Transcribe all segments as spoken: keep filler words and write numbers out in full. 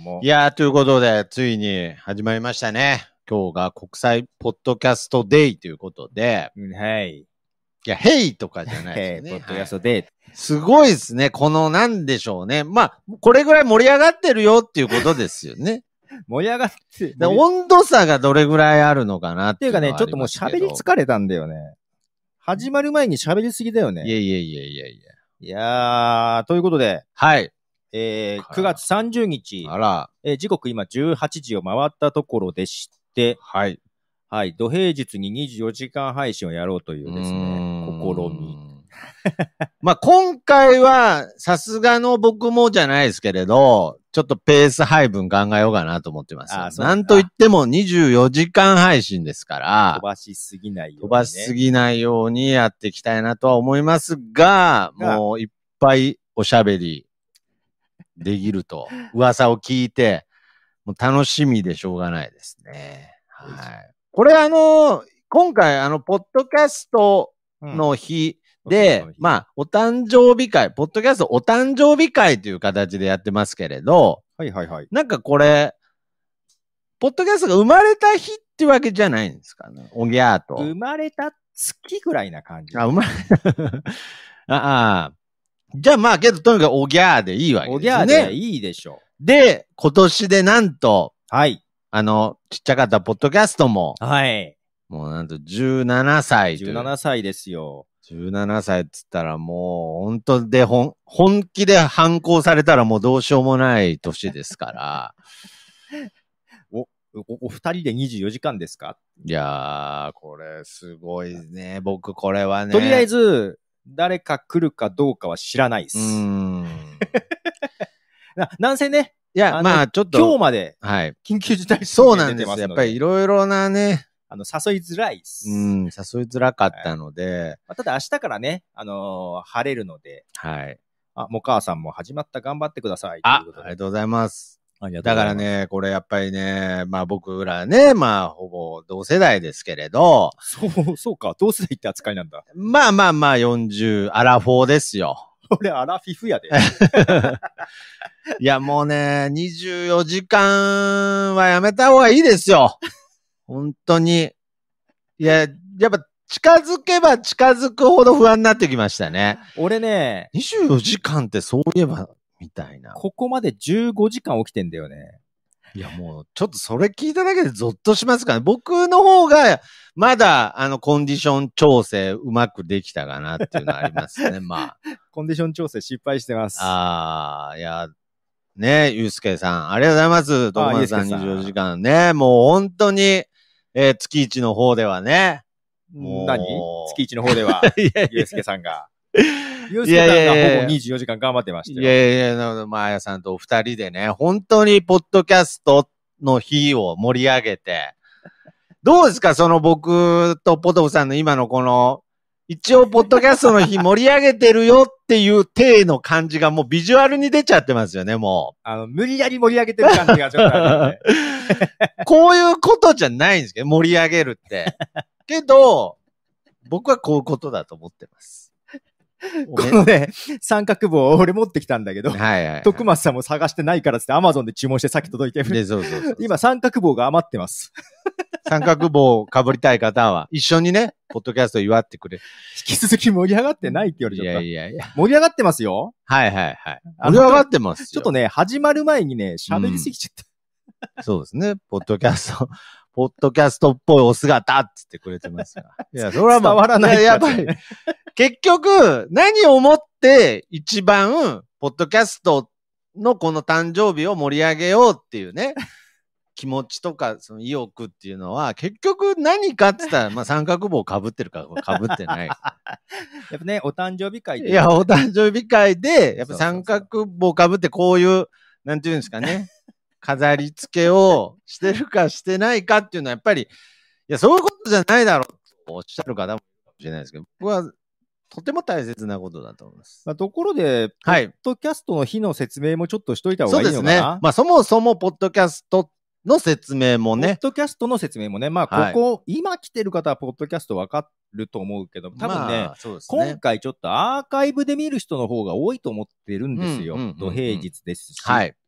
も。 いやー、ということで、ついに始まりましたね。今日が国際ポッドキャストデイということで。 うん、はい。 いや、ヘイとかじゃないですよね。 ポッドキャストデイ、はい。 すごいですね。この、なんでしょうね。まあ、これぐらい盛り上がってるよっていうことですよね。 盛り上がって。 温度差がどれぐらいあるのかなっていうのはありますけど。っていうかね、 ちょっともう喋り疲れたんだよね。始まる前に喋りすぎだよね。 いやいやいやいやいや。 いやー、ということで。 はい。 えー、くがつさんじゅうにち。 あら。 えー、時刻今じゅうはちじを回ったところでして。 はい。 はい。土平日ににじゅうよじかん配信をやろうというですね、試み。 まあ今回はさすがの僕もじゃないですけれど、ちょっとペース配分考えようかなと思ってます。ああ、なんといってもにじゅうよじかん配信ですから、 飛ばしすぎないように、ね、 飛ばしすぎないようにやっていきたいなとは思いますが、もういっぱいおしゃべりできると噂を聞いて、もう楽しみでしょうがないですね。はい。これあの、今回あの、ポッドキャストの日、うんで、まあ、お誕生日会、ポッドキャストお誕生日会という形でやってますけれど、 はいはいはい。 なんかこれ、ポッドキャストが生まれた日ってわけじゃないんですかね。おぎゃーと。 生まれた月ぐらいな感じ。 あ、生まれ、ああ。じゃあまあけど、とにかくおぎゃーでいいわけですね。 おぎゃーでいいでしょう。で、今年でなんと、 はい。 あの、ちっちゃかったポッドキャストも、 はい。 もうなんとじゅうななさいという。 じゅうななさいですよ。 じゅうななさいっつったらもう本当で本、本気で反抗されたらもうどうしようもない年ですから。 お、お、お二人でにじゅうよじかんですか？ いやー、これすごいね。僕これはね。 とりあえず、誰か来るかどうかは知らないです。うーん。な、なんせね。 いや、まあちょっと。 今日まで。 はい。 緊急事態宣言出てますので。そうなんです。やっぱりいろいろなね。 あの、誘いづらいっす。 うん、誘いづらかったので。はい、 まあ、ただ明日からね、あのー、晴れるので。 はい。 あ、もう母さんも始まった頑張ってください。 あ、ありがとうございます。だからね、これやっぱりね、まあ僕らね、まあほぼ同世代ですけれど。 そう、そうか、同世代って扱いなんだ。 まあまあまあよんじゅう、アラフォーですよ。 俺、アラフィフやで。 いやもうね、にじゅうよじかんはやめた方がいいですよ。本当に。いや、やっぱ近づけば近づくほど不安になってきましたね。 俺ね、 にじゅうよじかんってそういえば、みたいな。 ここまでじゅうごじかん起きてんだよね。 いやもう、ちょっとそれ聞いただけでゾッとしますからね。僕の方が、まだ、あの、コンディション調整うまくできたかなっていうのはありますね。まあ。 コンディション調整失敗してます。 ああ、いや、ねえ、ゆうすけさん、ありがとうございます。徳松さんにじゅうよじかんね。もう本当に、えー、月一の方ではね。 もう何月一の方では、ゆうすけさんが。ゆうすけさんがほぼにじゅうよじかん頑張ってましたよ。 いやいやいや、まあやさんとお二人でね、本当にポッドキャストの日を盛り上げて、どうですかその僕とポトフさんの今のこの、一応ポッドキャストの日盛り上げてるよっていう体の感じがもうビジュアルに出ちゃってますよね、もう。 あの、無理やり盛り上げてる感じがちょっとあるよね。 こういうことじゃないんですけど、盛り上げるって。けど、僕はこういうことだと思ってます。 このね、三角棒を俺持ってきたんだけど、 はいはい、はい。 徳松さんも探してないからってアマゾンで注文してさっき届いてる。 で、そうそうそうそう。 今三角棒が余ってます。 三角棒を被りたい方は、一緒にね、ポッドキャスト祝ってくれ。 引き続き盛り上がってないって言われちゃった。 いやいやいや。 盛り上がってますよ。 はいはいはい。盛り上がってますよ。 ちょっとね、始まる前にね、喋りすぎちゃった、 うん。そうですね。ポッドキャスト、ポッドキャストっぽいお姿って言ってくれてますが。いや、それはまあ、 伝わらない。 やっぱり、結局、何をもって一番、ポッドキャストのこの誕生日を盛り上げようっていうね、気持ちとか、その意欲っていうのは、結局何かって言ったら、まあ三角棒被ってるか被ってない。 やっぱね、お誕生日会で。いや、お誕生日会で、やっぱ三角棒被ってこういう、なんていうんですかね、飾り付けをしてるかしてないかっていうのは、やっぱり、いや、そういうことじゃないだろうとおっしゃる方もいるかもしれないですけど、僕は、とても大切なことだと思います。 まあ、ところで、 はい、 ポッドキャストの日の説明もちょっとしといた方がいいのかな。そうですね。 まあ、そもそも、ポッドキャストの説明もね。 ポッドキャストの説明もね。まあ、ここ、はい、今来てる方は、ポッドキャストわかると思うけど、多分ね、まあそうですね、今回ちょっとアーカイブで見る人の方が多いと思ってるんですよ。土平日ですし。はい。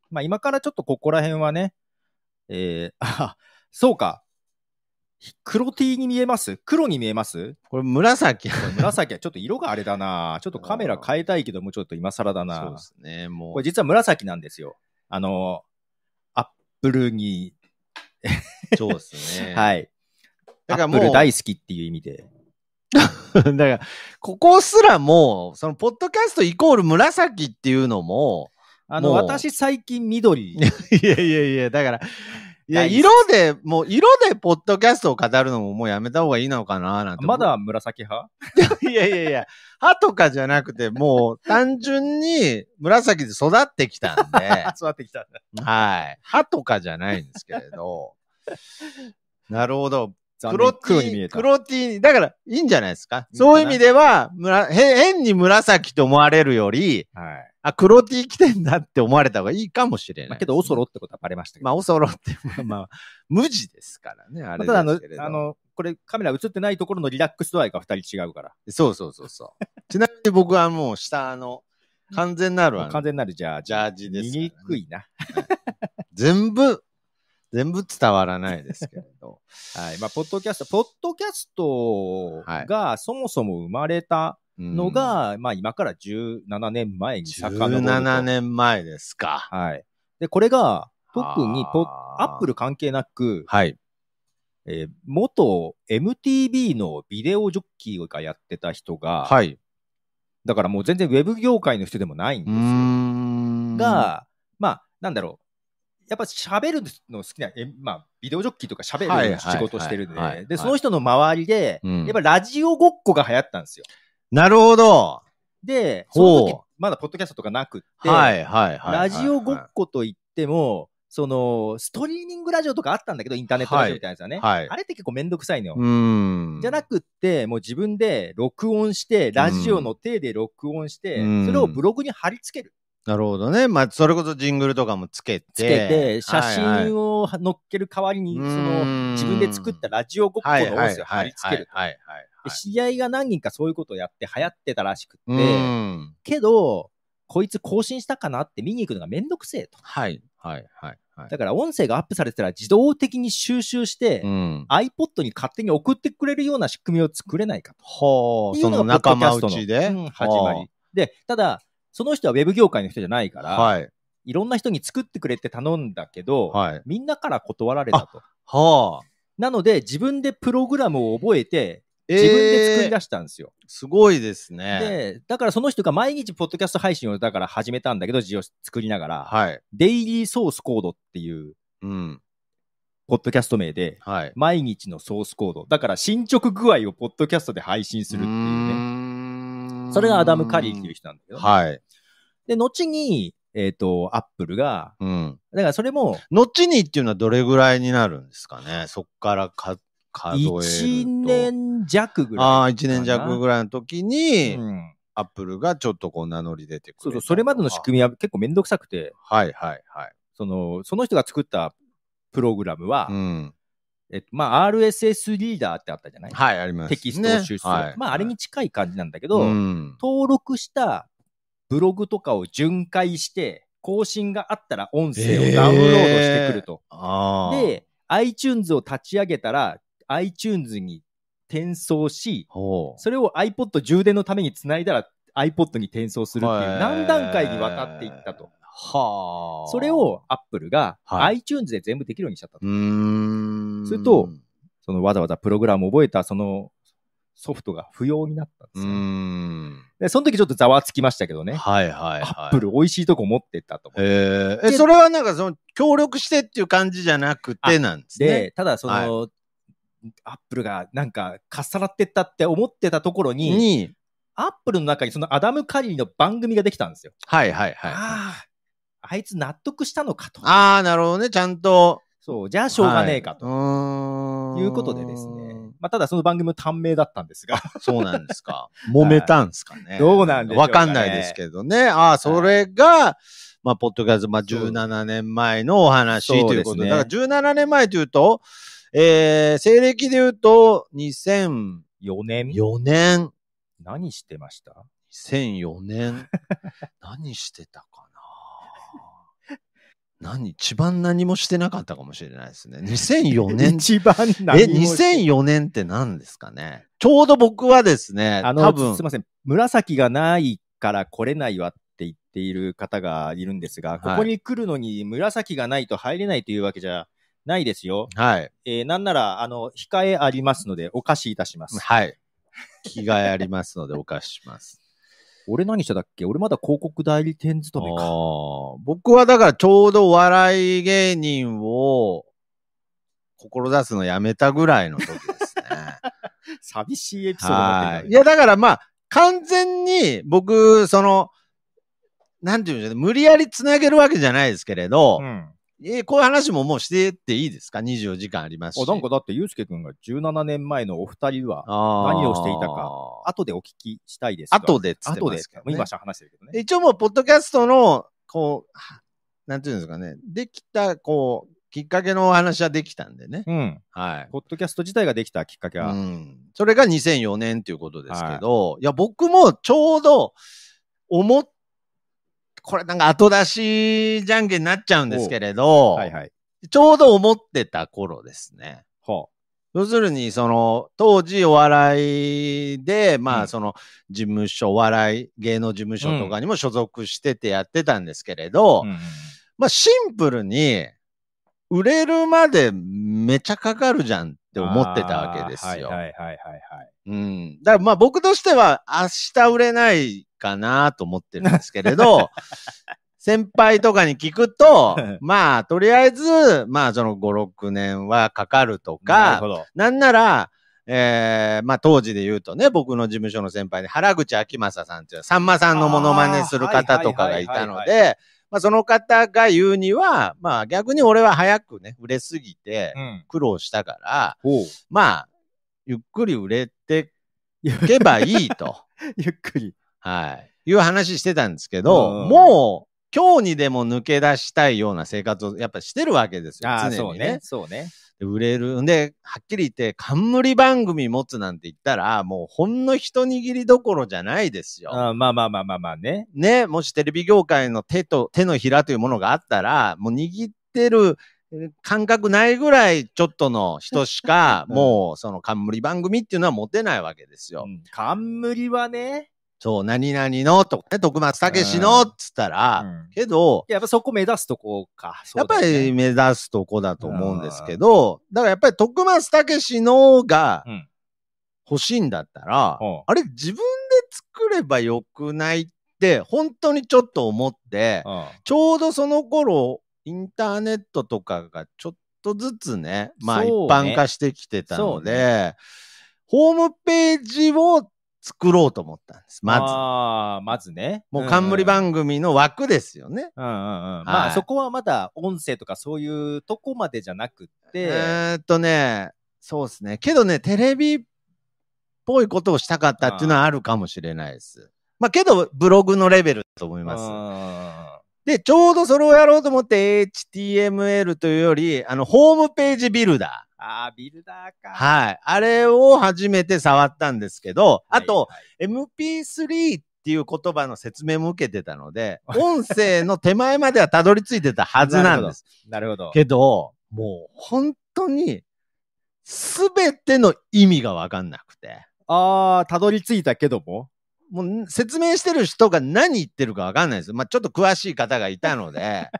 まあ今からちょっとここら辺はね、えー、あ、そうか。黒 T に見えます？黒に見えます？ これ紫。 これ紫はちょっと色があれだな。ちょっとカメラ変えたいけども、ちょっと今更だな。 そうですね、もう。 これ実は紫なんですよ。あの、アップルに。 そうですね。 はい。 だからもう。 アップル大好きっていう意味で。 だから、ここすらもう、その、ポッドキャストイコール紫っていうのも、 あの、私最近緑。 いやいやいや、だから、いや、色で、もう色でポッドキャストを語るのももうやめた方がいいのかななんて。 まだ紫派いやいやいや、歯とかじゃなくて、もう単純に紫で育ってきたんで。 育ってきたんだ。 はい。歯とかじゃないんですけれど。なるほど。黒 T、黒に見えた。黒 T、だからいいんじゃないですか。そういう意味では、むら変に紫と思われるより、はい、あ、黒 T 着てんだって思われた方がいいかもしれない、ね。まあ、 けど、オソロってことはバレましたけど。 まあ、オソロって、まあ、まあ、無地ですからね、あれですけれど。 まあ、ただあの、あの、これカメラ映ってないところのリラックス度合いが二人違うから。 そうそうそうそう。ちなみに僕はもう下の、完全なる完全なるジャージ。 ジャージです、 ね。見にくいな。 全部、全部伝わらないですけれど。 はい。まあ、ポッドキャスト、ポッドキャストがそもそも生まれたのが、はい、まあ、今からじゅうななねんまえに遡ると。 じゅうななねんまえですか。 はい。で、これが、特にポッ、アップル関係なく、 はい。 えー、元 エムティービー のビデオジョッキーがやってた人が、 はい。 だからもう全然ウェブ業界の人でもないんですよ。うーんが、まあ、なんだろう。やっぱ喋るの好きな、えまあ、ビデオジョッキーとか喋る仕事してるんで、で、その人の周りで、うん、やっぱラジオごっこが流行ったんですよ。 なるほど。 で、その時、まだポッドキャストとかなくって、 はいはいはい。 ラジオごっこといっても、その、ストリーミングラジオとかあったんだけど、インターネットラジオみたいなやつはね。はい、あれって結構めんどくさいのよ。うんじゃなくって、もう自分で録音して、ラジオの手で録音して、それをブログに貼り付ける。 なるほどね。まあ、それこそジングルとかもつけて。 つけて、写真を載っける代わりに、はいはい、その、自分で作ったラジオごっこの音声を貼り付ける。知り合いが何人かそういうことをやって流行ってたらしくて、けど、こいつ更新したかなって見に行くのがめんどくせえと。 はい、はい、はい。 だから音声がアップされてたら自動的に収集して、うん、iPod に勝手に送ってくれるような仕組みを作れないかと。 はあ、その仲間内で、 うん、始まり。で、ただ、その人はウェブ業界の人じゃないから、はい、いろんな人に作ってくれって頼んだけど、はい、みんなから断られたと。はあ、なので、自分でプログラムを覚えて、自分で作り出したんですよ。 えー、すごいですね。 で、だからその人が毎日ポッドキャスト配信をだから始めたんだけど、字を作りながら、はい、デイリーソースコードっていう、うん、ポッドキャスト名で、はい、毎日のソースコード。だから進捗具合をポッドキャストで配信するっていうね。それがアダム・カリーっていう人なんだけど、ね。はい。で、後に、えっと、アップルが、うん。だからそれも。 後にっていうのはどれぐらいになるんですかね。そっからか数えると。 いちねん弱ぐらい。 ああ、いちねん弱ぐらいの時に、うん、アップルがちょっとこう名乗り出てくる。 そうそう、それまでの仕組みは結構めんどくさくて。 はいはいはい。 その、その人が作ったプログラムは、うん、えっと、まあ、アールエスエス リーダーってあったじゃない？ はい、あります、ね。 テキストを出する。はい、まあ、あれに近い感じなんだけど、うん、登録したブログとかを巡回して、更新があったら音声をダウンロードしてくると。えー、で、iTunes を立ち上げたら、iTunes に転送し、それを iPod 充電のためにつないだら iPod に転送するっていう何段階にわたっていったと。はあ。それを Apple が iTunes で全部できるようにしちゃったと。うーん。それと、そのわざわざプログラムを覚えたそのソフトが不要になったんですよ。うーん。で、その時ちょっとざわつきましたけどね。はいはいはい。Apple 美味しいとこ持ってったと思って。 へえ。え、それはなんかその協力してっていう感じじゃなくてなんですね。 で、ただその、はい、アップルがなんかかっさらってったって思ってたところに、にアップルの中にそのアダム・カリーの番組ができたんですよ。 はいはいはい。 ああ、あいつ納得したのかと。 ああ、なるほどね。ちゃんと。 そう、じゃあしょうがねえかと。はい、いうことでですね。まあ、ただその番組も短命だったんですが。 そうなんですか。揉めたんですかね。 どうなんでしょうかね。 わかんないですけどね。ああ、それが、まあ、ポッドキャスト、まあ、じゅうななねんまえのお話ということで。だからじゅうななねんまえというと、えー、西暦で言うと、にせんよねん。よねん。 何してました？ にせんよねん。何してたかな何一番何もしてなかったかもしれないですね。にせんよねん。 一番何もしてえ、にせんよねんって何ですかね。ちょうど僕はですね、 あの、 多分すいません。紫がないから来れないわって言っている方がいるんですが、ここに来るのに紫がないと入れないというわけじゃないですよ。 はい。 えー、なんなら、あの、控えありますので、お貸しいたします。 はい。着替えありますので、お貸しします。 俺何してたっけ？俺まだ広告代理店勤めか。 僕はだからちょうどお笑い芸人を志すのやめたぐらいの時ですね。 寂しいエピソード持ってるから、ね。 いや、だからまあ、完全に僕、その、なんていうんでしょうね、無理やりつなげるわけじゃないですけれど、うん、えー、こういう話ももうしてっていいですか ?にじゅうよじかんありますし。 あ、なんかだって、ゆうすけくんがじゅうななねんまえのお二人は何をしていたか、後でお聞きしたいですが。 後でっつってますけど、ね、 今話してるけどね。 一応もう、ポッドキャストの、こう、なんていうんですかね、できた、こう、きっかけのお話はできたんでね。 うん。はい。ポッドキャスト自体ができたきっかけは。 うん。それがにせんよねんっていうことですけど、はい、いや、僕もちょうど、思っこれなんか後出しじゃんけんになっちゃうんですけれど、はいはい、ちょうど思ってた頃ですね。はあ、要するに、その、当時お笑いで、まあ、その、事務所、お笑い、芸能事務所とかにも所属しててやってたんですけれど、うん、まあ、シンプルに、売れるまでめちゃかかるじゃんって思ってたわけですよ。はいはいはいはい、はい。うん。だからまあ僕としては明日売れないかなと思ってるんですけれど、先輩とかに聞くと、まあとりあえず、まあそのご、ろくねんはかかるとか、な, なんなら、えー、まあ当時で言うとね、僕の事務所の先輩で原口あきまささんっていうさんまさんのモノマネする方とかがいたので、まあその方が言うには、まあ逆に俺は早くね、売れすぎて苦労したから、うん、まあ、ゆっくり売れていけばいいと。 ゆっくり。 はい。いう話してたんですけど、もう今日にでも抜け出したいような生活をやっぱしてるわけですよ。常にね。 そうね。そうね。 売れる。んで、はっきり言って、冠番組持つなんて言ったら、もうほんの一握りどころじゃないですよ。 あまあまあまあまあまあね。 ね、もしテレビ業界の手と、手のひらというものがあったら、もう握ってる感覚ないぐらいちょっとの人しか、うん、もうその冠番組っていうのは持てないわけですよ。うん、 冠はね。 そう、何々のとかね、徳松武史のっつったら、うん、けど、 やっぱそこ目指すとこか。 やっぱり目指すとこだと思うんですけど、だからやっぱり徳松武史のが欲しいんだったら、うん、あれ自分で作ればよくないって本当にちょっと思って、うん、ちょうどその頃インターネットとかがちょっとずつね、まあ一般化してきてたので、ね、ホームページを作ろうと思ったんです。まず。 ああ、まずね。 もう冠番組の枠ですよね。 うんうんうん。はい、まあそこはまだ音声とかそういうとこまでじゃなくって。 えーっとね、そうですね。けどね、テレビっぽいことをしたかったっていうのはあるかもしれないです。まあけど、ブログのレベルだと思います。で、ちょうどそれをやろうと思って エイチティーエムエル というより、あの、ホームページビルダー。 ああ、ビルダーか。 はい。あれを初めて触ったんですけど、あと、はいはい、エムピースリー っていう言葉の説明も受けてたので、音声の手前まではたどり着いてたはずなんです。 なるほど。 けど、もう本当に、すべての意味がわかんなくて。 ああ、たどり着いたけどももう説明してる人が何言ってるかわかんないです。まあちょっと詳しい方がいたので。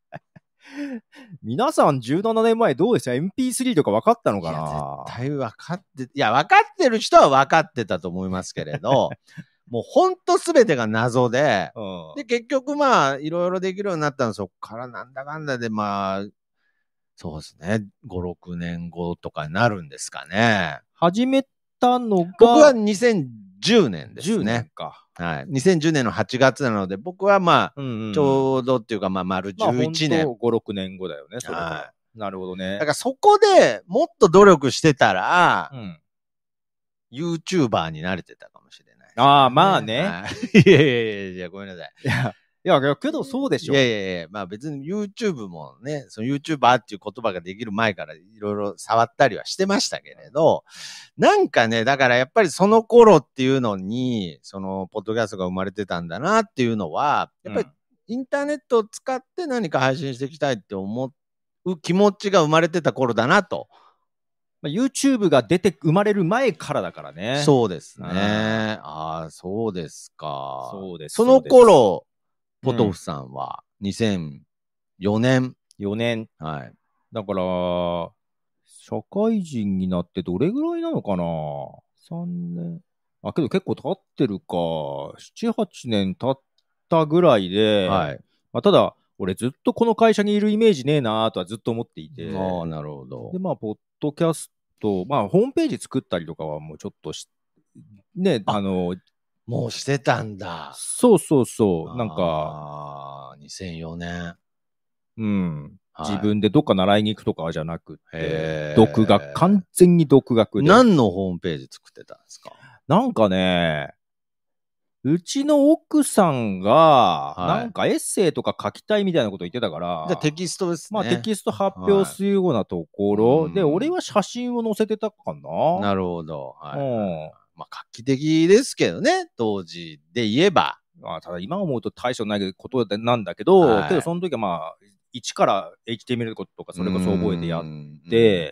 皆さんじゅうななねんまえどうでした ?エムピースリー とか分かったのかな。いや、絶対分かって、いや、分かってる人は分かってたと思いますけれど、もうほんと全てが謎で、うん、で、結局まあ、いろいろできるようになったのそっからなんだかんだでまあ、そうですね、ご、ろくねんごとかになるんですかね。 始めたのが僕はにせんじゅうねんですね。じゅうねんか。 はい。にせんじゅうねんのはちがつなので、僕はまあ、うんうん、ちょうどっていうか、まあ、丸じゅういちねん。まあ、 ご、ろくねんごだよね、それは。はい、なるほどね。 だからそこでもっと努力してたら、うん、YouTuber になれてたかもしれない、ね。 ああ、まあね。 はい、いやいやいやいや、ごめんなさい。 いやいや、けどそうでしょ。 いやいやいや、まあ別に YouTube もね、その YouTuber っていう言葉ができる前からいろいろ触ったりはしてましたけれど、なんかね、だからやっぱりその頃っていうのに、そのポッドキャストが生まれてたんだなっていうのは、やっぱりインターネットを使って何か配信していきたいって思う気持ちが生まれてた頃だなと。 まあ、YouTube が出て、生まれる前からだからね。 そうですね。ああ、そうですか。 そうです。 その頃、ポトフさんはにせんよねん。 よねん。 はい。 だから、社会人になってどれぐらいなのかな ?さん 年。あ、けど結構経ってるか。なな、はちねん経ったぐらいで、 はい。 まあ、ただ、俺ずっとこの会社にいるイメージねえなとはずっと思っていて。 ああ、なるほど。 で、まあ、ポッドキャスト、まあ、ホームページ作ったりとかはもうちょっとし、ね、あの、 もうしてたんだ。 そうそうそう、なんか、 ああ、にせんよねん。 うん。 はい、 自分でどっか習いに行くとかじゃなくて、独学、完全に独学で。 何のホームページ作ってたんですか？ なんかね、うちの奥さんが、なんかエッセイとか書きたいみたいなこと言ってたから、はい、 じゃあテキストですね。 まあテキスト発表するようなところ、はい、で、俺は写真を載せてたかな。 なるほど。はい、うん。まあ画期的ですけどね、当時で言えば。 まあ、ただ今思うと大層ないことなんだけど、はい、けどその時はまあ、一から エイチティーエムエル とかそれこそ覚えてやって、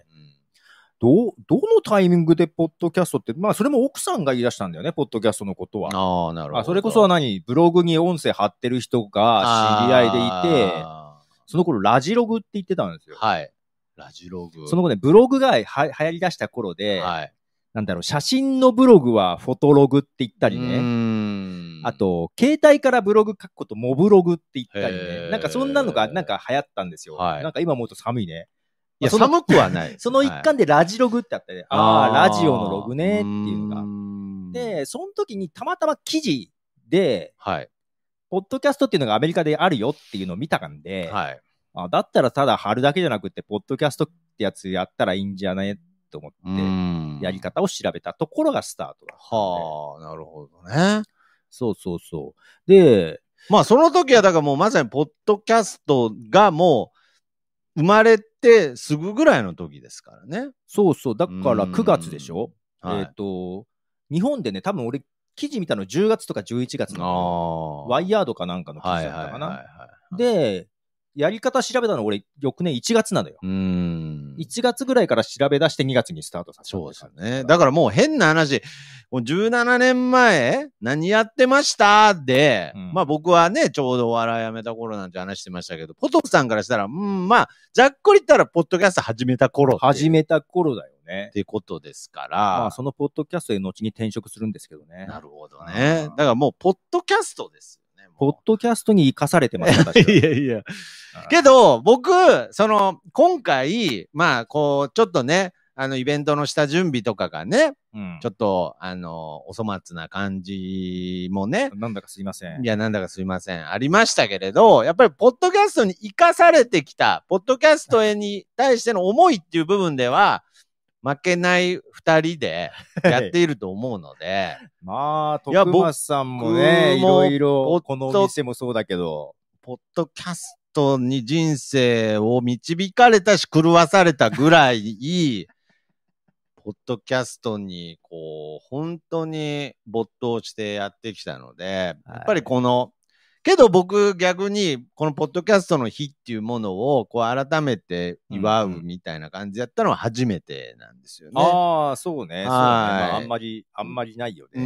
どう、どのタイミングでポッドキャストって、まあそれも奥さんが言い出したんだよね、ポッドキャストのことは。 ああ、なるほど。 あ、それこそは何、ブログに音声貼ってる人が知り合いでいて、その頃ラジログって言ってたんですよ。 はい。ラジログ。 その後ね、ブログがは流行り出した頃で、はい、なんだろう、写真のブログはフォトログって言ったりね。あと、携帯からブログ書くことモブログって言ったりね。なんかそんなのがなんか流行ったんですよ。はい、なんか今思うと寒いね。 いや、寒くはない。 その一環でラジログってあって、ね、ああ、ラジオのログねっていうのが。で、その時にたまたま記事で、はい、ポッドキャストっていうのがアメリカであるよっていうのを見たんで、はい、あだったらただ貼るだけじゃなくて、ポッドキャストってやつやったらいいんじゃないと思って、やり方を調べたところがスタートだったんで。 はあ、なるほどね。 そうそうそう。で、 まあその時はだからもうまさにポッドキャストがもう生まれてすぐぐらいの時ですからね。 そうそう。だからくがつでしょ、はい、えっ、ー、と、日本でね、多分俺、記事見たのじゅうがつとかじゅういちがつのワイヤードかなんかの記事だったかな。で、やり方調べたの俺、翌年いちがつなのよ。うんいちがつぐらいから調べ出してにがつにスタートさせた。 そうですよね。だからもう変な話、もうじゅうななねんまえ、何やってましたで、うん、まあ僕はね、ちょうどお笑いやめた頃なんて話してましたけど、ポトフさんからしたら、うん、まあ、ざっくり言ったら、ポッドキャスト始めた頃。 始めた頃だよね。 ってことですから。 まあ、そのポッドキャストで後に転職するんですけどね。 なるほどね。だからもう、ポッドキャストです。 ポッドキャストに生かされてます、私は。 いやいや。けど、僕、その、今回、まあ、こう、ちょっとね、あの、イベントの下準備とかがね、うん、ちょっと、あの、お粗末な感じもね。 なんだかすいません。 いや、なんだかすいません。ありましたけれど、やっぱり、ポッドキャストに生かされてきた、ポッドキャストへに対しての思いっていう部分では、負けない二人でやっていると思うので。 まあ、徳松さんもね、いろいろ、このお店もそうだけど。 ポッドキャストに人生を導かれたし、狂わされたぐらい、ポッドキャストに、こう、本当に没頭してやってきたので、やっぱりこの、けど僕逆にこのポッドキャストの日っていうものをこう改めて祝うみたいな感じだったのは初めてなんですよね。 ああ、そうね。そうね。まあ、あんまり、あんまりないよね。 うん。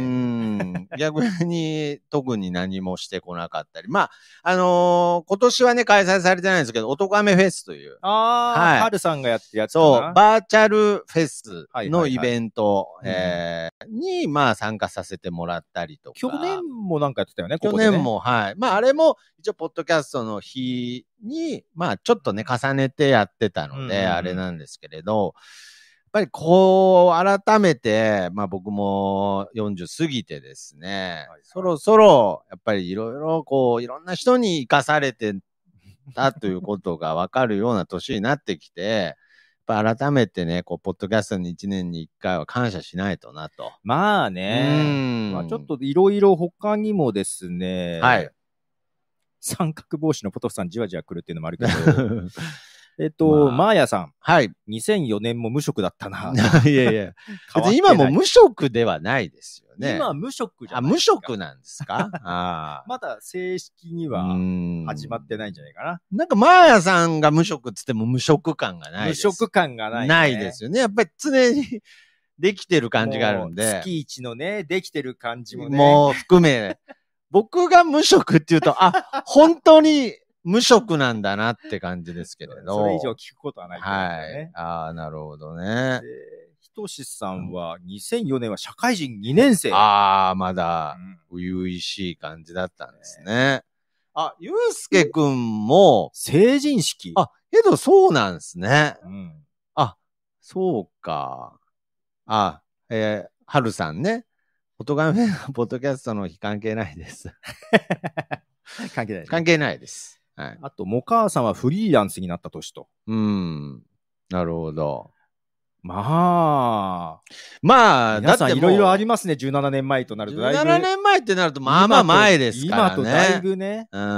逆に特に何もしてこなかったり。まあ、あのー、今年はね、開催されてないんですけど、男亀フェスという。 ああ、はい、春さんがやってるやつかな。 そう、バーチャルフェスのイベント、はいはいはい、えー、に、まあ参加させてもらったりとか。 去年もなんかやってたよね、ここでね。 去年も、はい。まあ、あれも、一応、ポッドキャストの日に、まあ、ちょっとね、重ねてやってたので、うんうんうん、あれなんですけれど、やっぱりこう、改めて、まあ僕もよんじゅう過ぎてですね、はいはい、そろそろ、やっぱりいろいろ、こう、いろんな人に生かされてたということがわかるような年になってきて、やっぱ改めてね、こう、ポッドキャストにいちねんにいっかいは感謝しないとなと。 まあね。まあちょっといろいろ他にもですね、はい。三角帽子のポトフさんじわじわ来るっていうのもあるけど、 えっと、マーヤさん。 はい。 にせんよねんも無職だったな。 いやいや。別に今も無職ではないですよね。 今無職じゃないですか。あ、無職なんですかあまだ正式には始まってないんじゃないかな。 なんかマーヤさんが無職っつっても無職感がないです。 無職感がない、ね。 ないですよね。やっぱり常にできてる感じがあるんで。 月一のね、できてる感じもね。 もう含め。僕が無職っていうと、あ、本当に無職なんだなって感じですけれど。 それ以上聞くことはない、ね。 はい。ああ、なるほどね。 ひとしさんはにせんよねんは社会人にねん生。 ああ、まだ、初々しい感じだったんですね。あ、ゆうすけくんも、 成人式。 あ、けどそうなんですね。 うん、 あ、そうか。あ、えー、はるさんね。おとがめのポッドキャストの日関係ないです。 関係ない、ね。 関係ないです。はい。 あと、もかあさんはフリーランスになった年と。 うん。なるほど。 まあ。 まあ、 皆さんいろいろありますね。じゅうななねんまえとなるとだいぶ。 じゅうななねんまえってなると、まあまあ前ですからね。 今とだいぶね。 うん。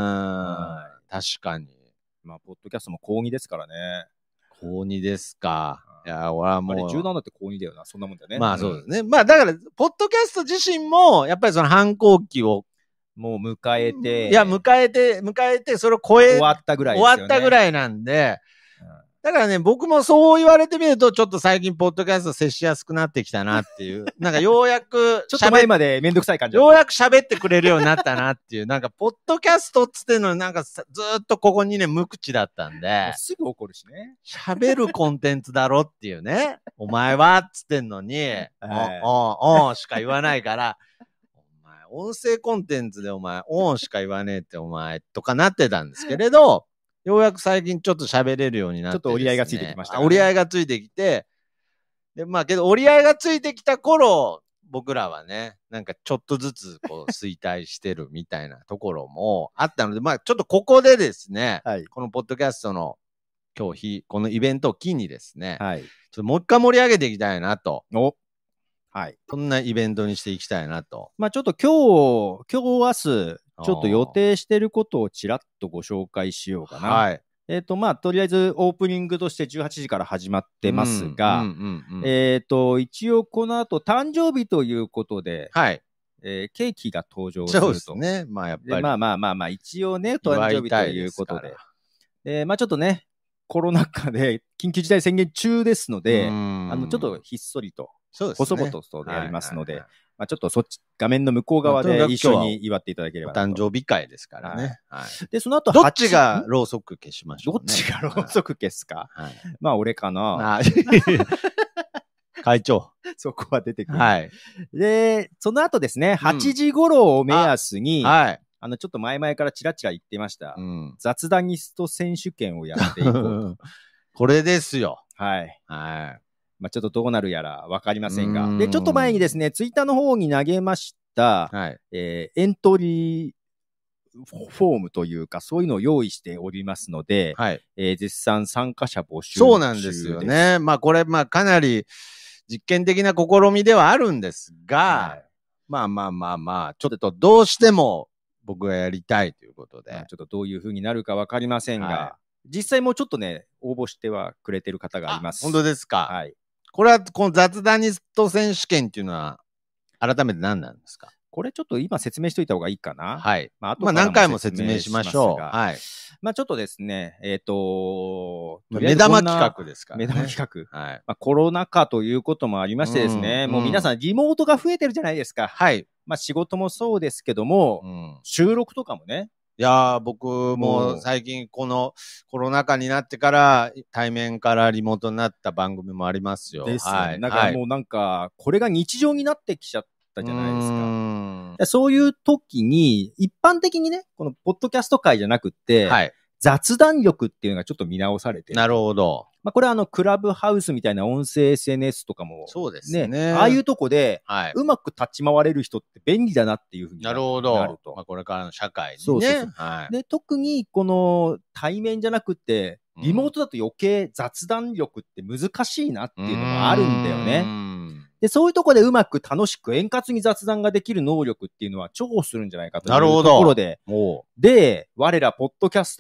確かに。 まあ、ポッドキャストも高にですからね。 高にですか。いや、俺はもう。 あれじゅうななって高にだよな。そんなもんだよね。 まあそうですね。うん、まあだから、ポッドキャスト自身も、やっぱりその反抗期を、 もう迎えて。 いや、迎えて、迎えて、それを超え、 終わったぐらいですよね。 終わったぐらいなんで、だからね、僕もそう言われてみると、ちょっと最近、ポッドキャスト接しやすくなってきたなっていう。なんかようやく、 ちょっと前までめんどくさい感じ。 ようやく喋ってくれるようになったなっていう。なんか、ポッドキャストっつってんのになんかずーっとここにね、無口だったんで。 すぐ怒るしね。 喋るコンテンツだろっていうね。お前はっつってんのに、おん、おん、おんしか言わないから、お前、音声コンテンツでお前、おんしか言わねえってお前、とかなってたんですけれど、ようやく最近ちょっと喋れるようになって、ね、 ちょっと折り合いがついてきました、 ね。折り合いがついてきて、で、まあけど折り合いがついてきた頃、僕らはね、なんかちょっとずつこう衰退してるみたいなところもあったので、まあちょっとここでですね、はい、このポッドキャストの今日、このイベントを機にですね、はい、ちょっともう一回盛り上げていきたいなと。 おはい。 そんなイベントにしていきたいなと。 まあちょっと今日、今日明日、ちょっと予定してることをちらっとご紹介しようかな。はい。えっと、まあ、とりあえずオープニングとしてじゅうはちじから始まってますが、えっと、一応この後誕生日ということで、はい。えー、ケーキが登場すると。 そうですね。まあやっぱり。 まあまあまあまあ、一応ね、誕生日ということで。で、まあちょっとね、コロナ禍で緊急事態宣言中ですので、あの、ちょっとひっそりと、細々とやりますので、まあちょっとそっち、画面の向こう側で一緒に祝っていただければ。 お誕生日会ですからね。 はい。で、その後、 どっちがろうそく消しましょう、 ね。どっちがろうそく消すか。はい、まあ俺かな。 会長。 そこは出てくる。 はい。 で、その後ですね、はちじ頃を目安に、はい。あの、ちょっと前々からチラチラ言ってました。うん、雑談ニスト選手権をやっていこうと。 これですよ。 はい。はい。まあちょっとどうなるやらわかりませんが。で、ちょっと前にですね、ツイッターの方に投げました、はい。えー、エントリーフォームというか、そういうのを用意しておりますので、はい。えー、絶賛参加者募集中です。 そうなんですよね。まあこれ、まあかなり実験的な試みではあるんですが、はい、まあまあまあまあ、ちょっとどうしても僕がやりたいということで。まあ、 ちょっとどういう風になるかわかりませんが、はい、実際もうちょっとね、応募してはくれてる方がいます。 本当ですか。はい。これは、この雑談ニスト選手権っていうのは、改めて何なんですか？ これちょっと今説明しといた方がいいかな。 はい。 まあ、あとまあ何回も説明しましょう。はい。 まあちょっとですね、えっと、 目玉企画ですからね。 目玉企画。はい。まあコロナ禍ということもありましてですね、もう皆さんリモートが増えてるじゃないですか。はい。まあ仕事もそうですけども、収録とかもね。 いやー、僕も最近このコロナ禍になってから対面からリモートになった番組もありますよ。 ですよね。はい、なんかもうなんか、これが日常になってきちゃったじゃないですか。そういう時に、一般的にね、このポッドキャスト界じゃなくって、はい、雑談力っていうのがちょっと見直されてる。 なるほど。 まあ、これはあの、クラブハウスみたいな音声 エスエヌエス とかも、 そうですね。ね、 ああいうとこで、はい、うまく立ち回れる人って便利だなっていうふうになると。 なるほど。まあ、これからの社会にね。 そうそうそう、はい。で、特にこの対面じゃなくて、リモートだと余計雑談力って難しいなっていうのもあるんだよね。で、そういうところでうまく楽しく円滑に雑談ができる能力っていうのは重宝するんじゃないかというところで。で、我らポッドキャスター、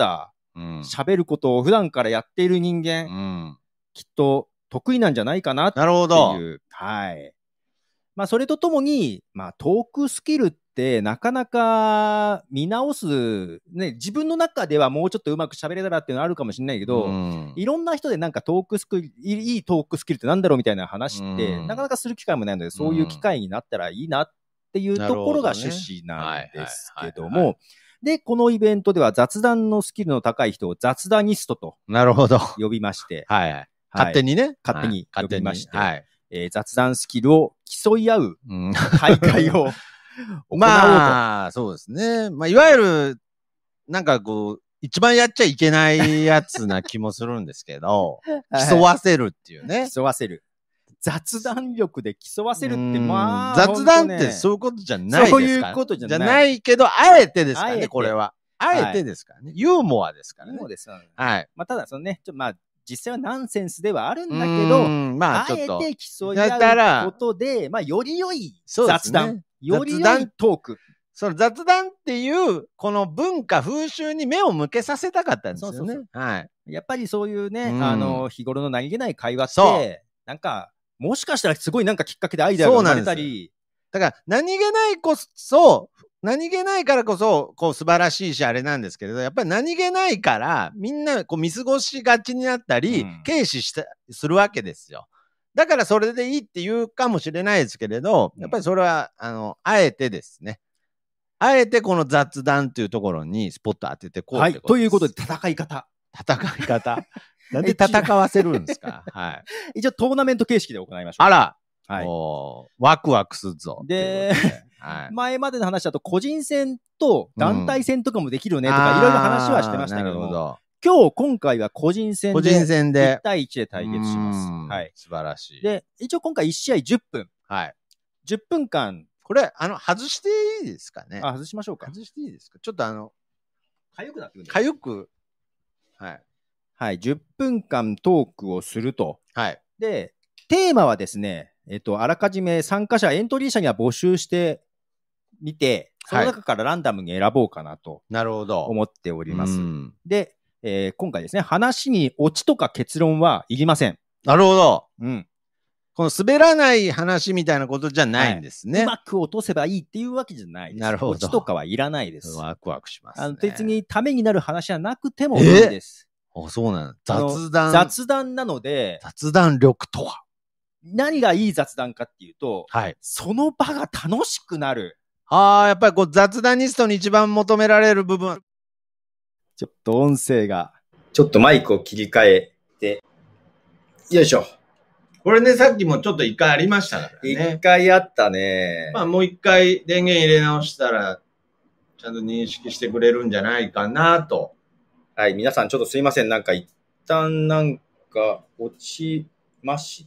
喋、うん、ることを普段からやっている人間、うん、きっと得意なんじゃないかなっていう。なるほど。はい。まあ、それとともに、まあ、トークスキルってなかなか見直す、ね、自分の中ではもうちょっとうまく喋れたらっていうのはあるかもしれないけど、うん、いろんな人でなんかトークスキル、いいトークスキルってなんだろうみたいな話って、うん、なかなかする機会もないので、そういう機会になったらいいなっていうところが趣旨なんですけども、で、このイベントでは雑談のスキルの高い人を雑談ニストと呼びまして、 はいはい、勝手にね。 勝手に呼びまして、はいえー、雑談スキルを競い合う大会を行おうと。 まあ、そうですね。まあ、いわゆる、なんかこう、一番やっちゃいけないやつな気もするんですけど、競わせるっていうね。 競わせる。雑談力で競わせるって、まあ、 雑談ってそういうことじゃないですか。 そういうことじゃない。 じゃないけど、あえてですからね、これは。あえてですからね。ユーモアですからね。ユーモアですからね。はい。 まあ、ただ、そのね、ちょっとまあ、実際はナンセンスではあるんだけど、まあ、あえて競い合うことで、まあ、より良い雑談、ね、より良いトーク。 その雑談っていう、この文化、風習に目を向けさせたかったんですよね。そうそうそうはい。やっぱりそういうね、あの、日頃の何気ない会話って、なんか、もしかしたらすごいなんかきっかけでアイデアが生まれたり。 だから、何気ないこそ、何気ないからこそ、こう素晴らしいし、あれなんですけれど、やっぱり何気ないから、みんなこう見過ごしがちになったり、うん、軽視したするわけですよ。だからそれでいいって言うかもしれないですけれど、やっぱりそれは、あの、あえてですね。あえてこの雑談っていうところにスポット当ててこうってことです。はい。 ということで、戦い方。 戦い方。なんで戦わせるんですかはい。 一応トーナメント形式で行いましょう。 あら。はい。ワクワクするぞ。 で、はい、前までの話だと個人戦と団体戦とかもできるねとかいろいろ話はしてましたけども、うん、ど今日今回は個人戦で個人戦でいち対いちで対決します。はい。 素晴らしい。 で、一応今回いち試合じゅっぷん。はい。じゅっぷんかん。 これ、あの、外していいですかね。 あ、外しましょうか。 外していいですか。ちょっとあの、 かゆくなってくるんですかゆく。 はい。はい。じゅっぷんかんトークをすると。はい。で、テーマはですね、えっと、あらかじめ参加者、エントリー者には募集してみて、その中からランダムに選ぼうかなと。 なるほど。 思っております。で、えー、今回ですね、話にオチとか結論はいりません。 なるほど。うん。この滑らない話みたいなことじゃないんですね。 はい、うまく落とせばいいっていうわけじゃないです。なるほど。オチとかはいらないです。 ワクワクします、ね。 あの、別にためになる話はなくてもいいです。 あ、そうなの。雑談。 雑談なので。 雑談力とは何がいい雑談かっていうと、はい、その場が楽しくなる。 ああ、やっぱりこう雑談ニストに一番求められる部分。 ちょっと音声が。ちょっとマイクを切り替えて。よいしょ。 これね、さっきもちょっと一回ありましたからね。 一回あったね。 まあもう一回電源入れ直したら、ちゃんと認識してくれるんじゃないかなと。 はい、皆さんちょっとすいません。なんか一旦なんか落ちまして。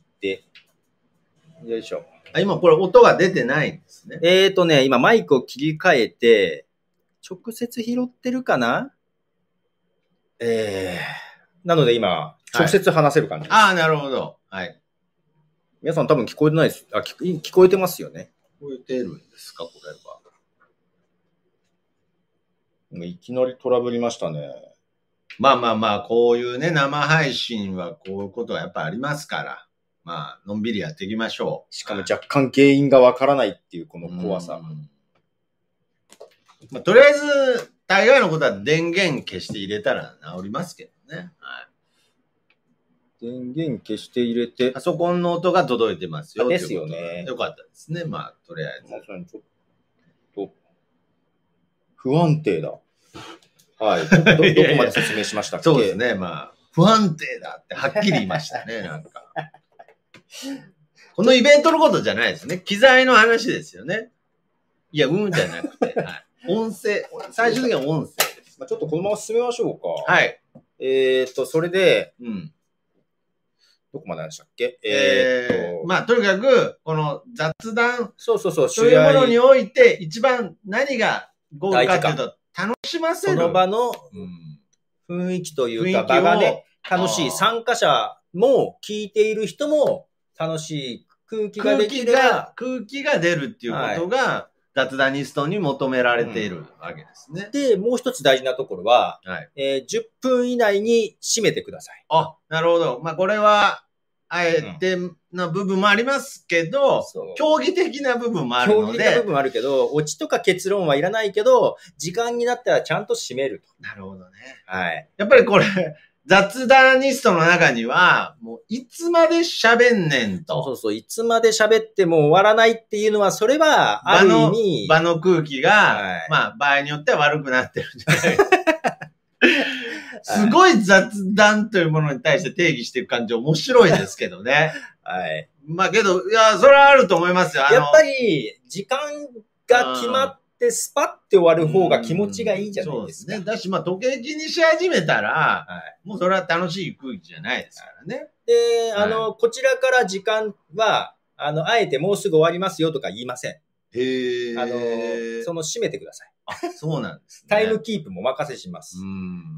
よいしょ。 あ、今これ音が出てないんですね。 えーとね、今マイクを切り替えて、直接拾ってるかなえー。なので今、直接話せる感じです。 はい、ああ、なるほど。はい。 皆さん多分聞こえてないです。あ、聞、聞こえてますよね。 聞こえてるんですか、これは。 もういきなりトラブりましたね。 まあまあまあ、こういうね、生配信はこういうことがやっぱありますから。まあ、のんびりやっていきましょう。 しかも若干原因がわからないっていうこの怖さ。 まあ、とりあえず、大概のことは電源消して入れたら治りますけどね。はい、 電源消して入れて。 パソコンの音が届いてますよ。 ですよね。 よかったですね。まあ、とりあえず。まあ、ちょっと不安定だ。はい。ど、どこまで説明しましたっけ？ そうですね。まあ、不安定だってはっきり言いましたね。なんか。このイベントのことじゃないですね。機材の話ですよね。いや、うんじゃなくて、はい、音声、最終的には音声です。 まあ、ちょっとこのまま進めましょうか。 はい。 えっと、それで、うん。どこまででしたっけ？ えー、えー、まあ、とにかく、この雑談、 そうそうそう、 そういうものにおいて、一番何がゴールかっていうと、楽しませる。 その場の雰囲気というか、場がね、楽しい。参加者も聞いている人も、楽しい空気ができる。 空気が、空気が出るっていうことが、はい、 雑談ニストに求められているわけですね。 うん、で、もう一つ大事なところは、はい、えー、じゅっぷん以内に締めてください。 あ、なるほど。まあ、これは、あえてな部分もありますけど、うん、競技的な部分もあるので。 競技的な部分もあるけど、オチとか結論はいらないけど、時間になったらちゃんと締めると。 なるほどね。 はい。 やっぱりこれ、雑談ニストの中には、もういつまで喋んねんと。 そうそうそう、いつまで喋っても終わらないっていうのは、それは、ある意味場の、場の空気が、はい、まあ、場合によっては悪くなってるんじゃないですか。すごい雑談というものに対して定義していく感じ面白いですけどね。 はい。 まあけど、いや、それはあると思いますよ。 やっぱり、時間が決まってスパッて終わる方が気持ちがいいじゃないですか。 そうですね。だし、まあ時計気にし始めたら、はい、もうそれは楽しい空気じゃないですからね。 で、あの、はい、こちらから時間は、あの、あえてもうすぐ終わりますよとか言いません。 へー。 あの、その締めてください。 あ、そうなんですね。 タイムキープもお任せします。 うん。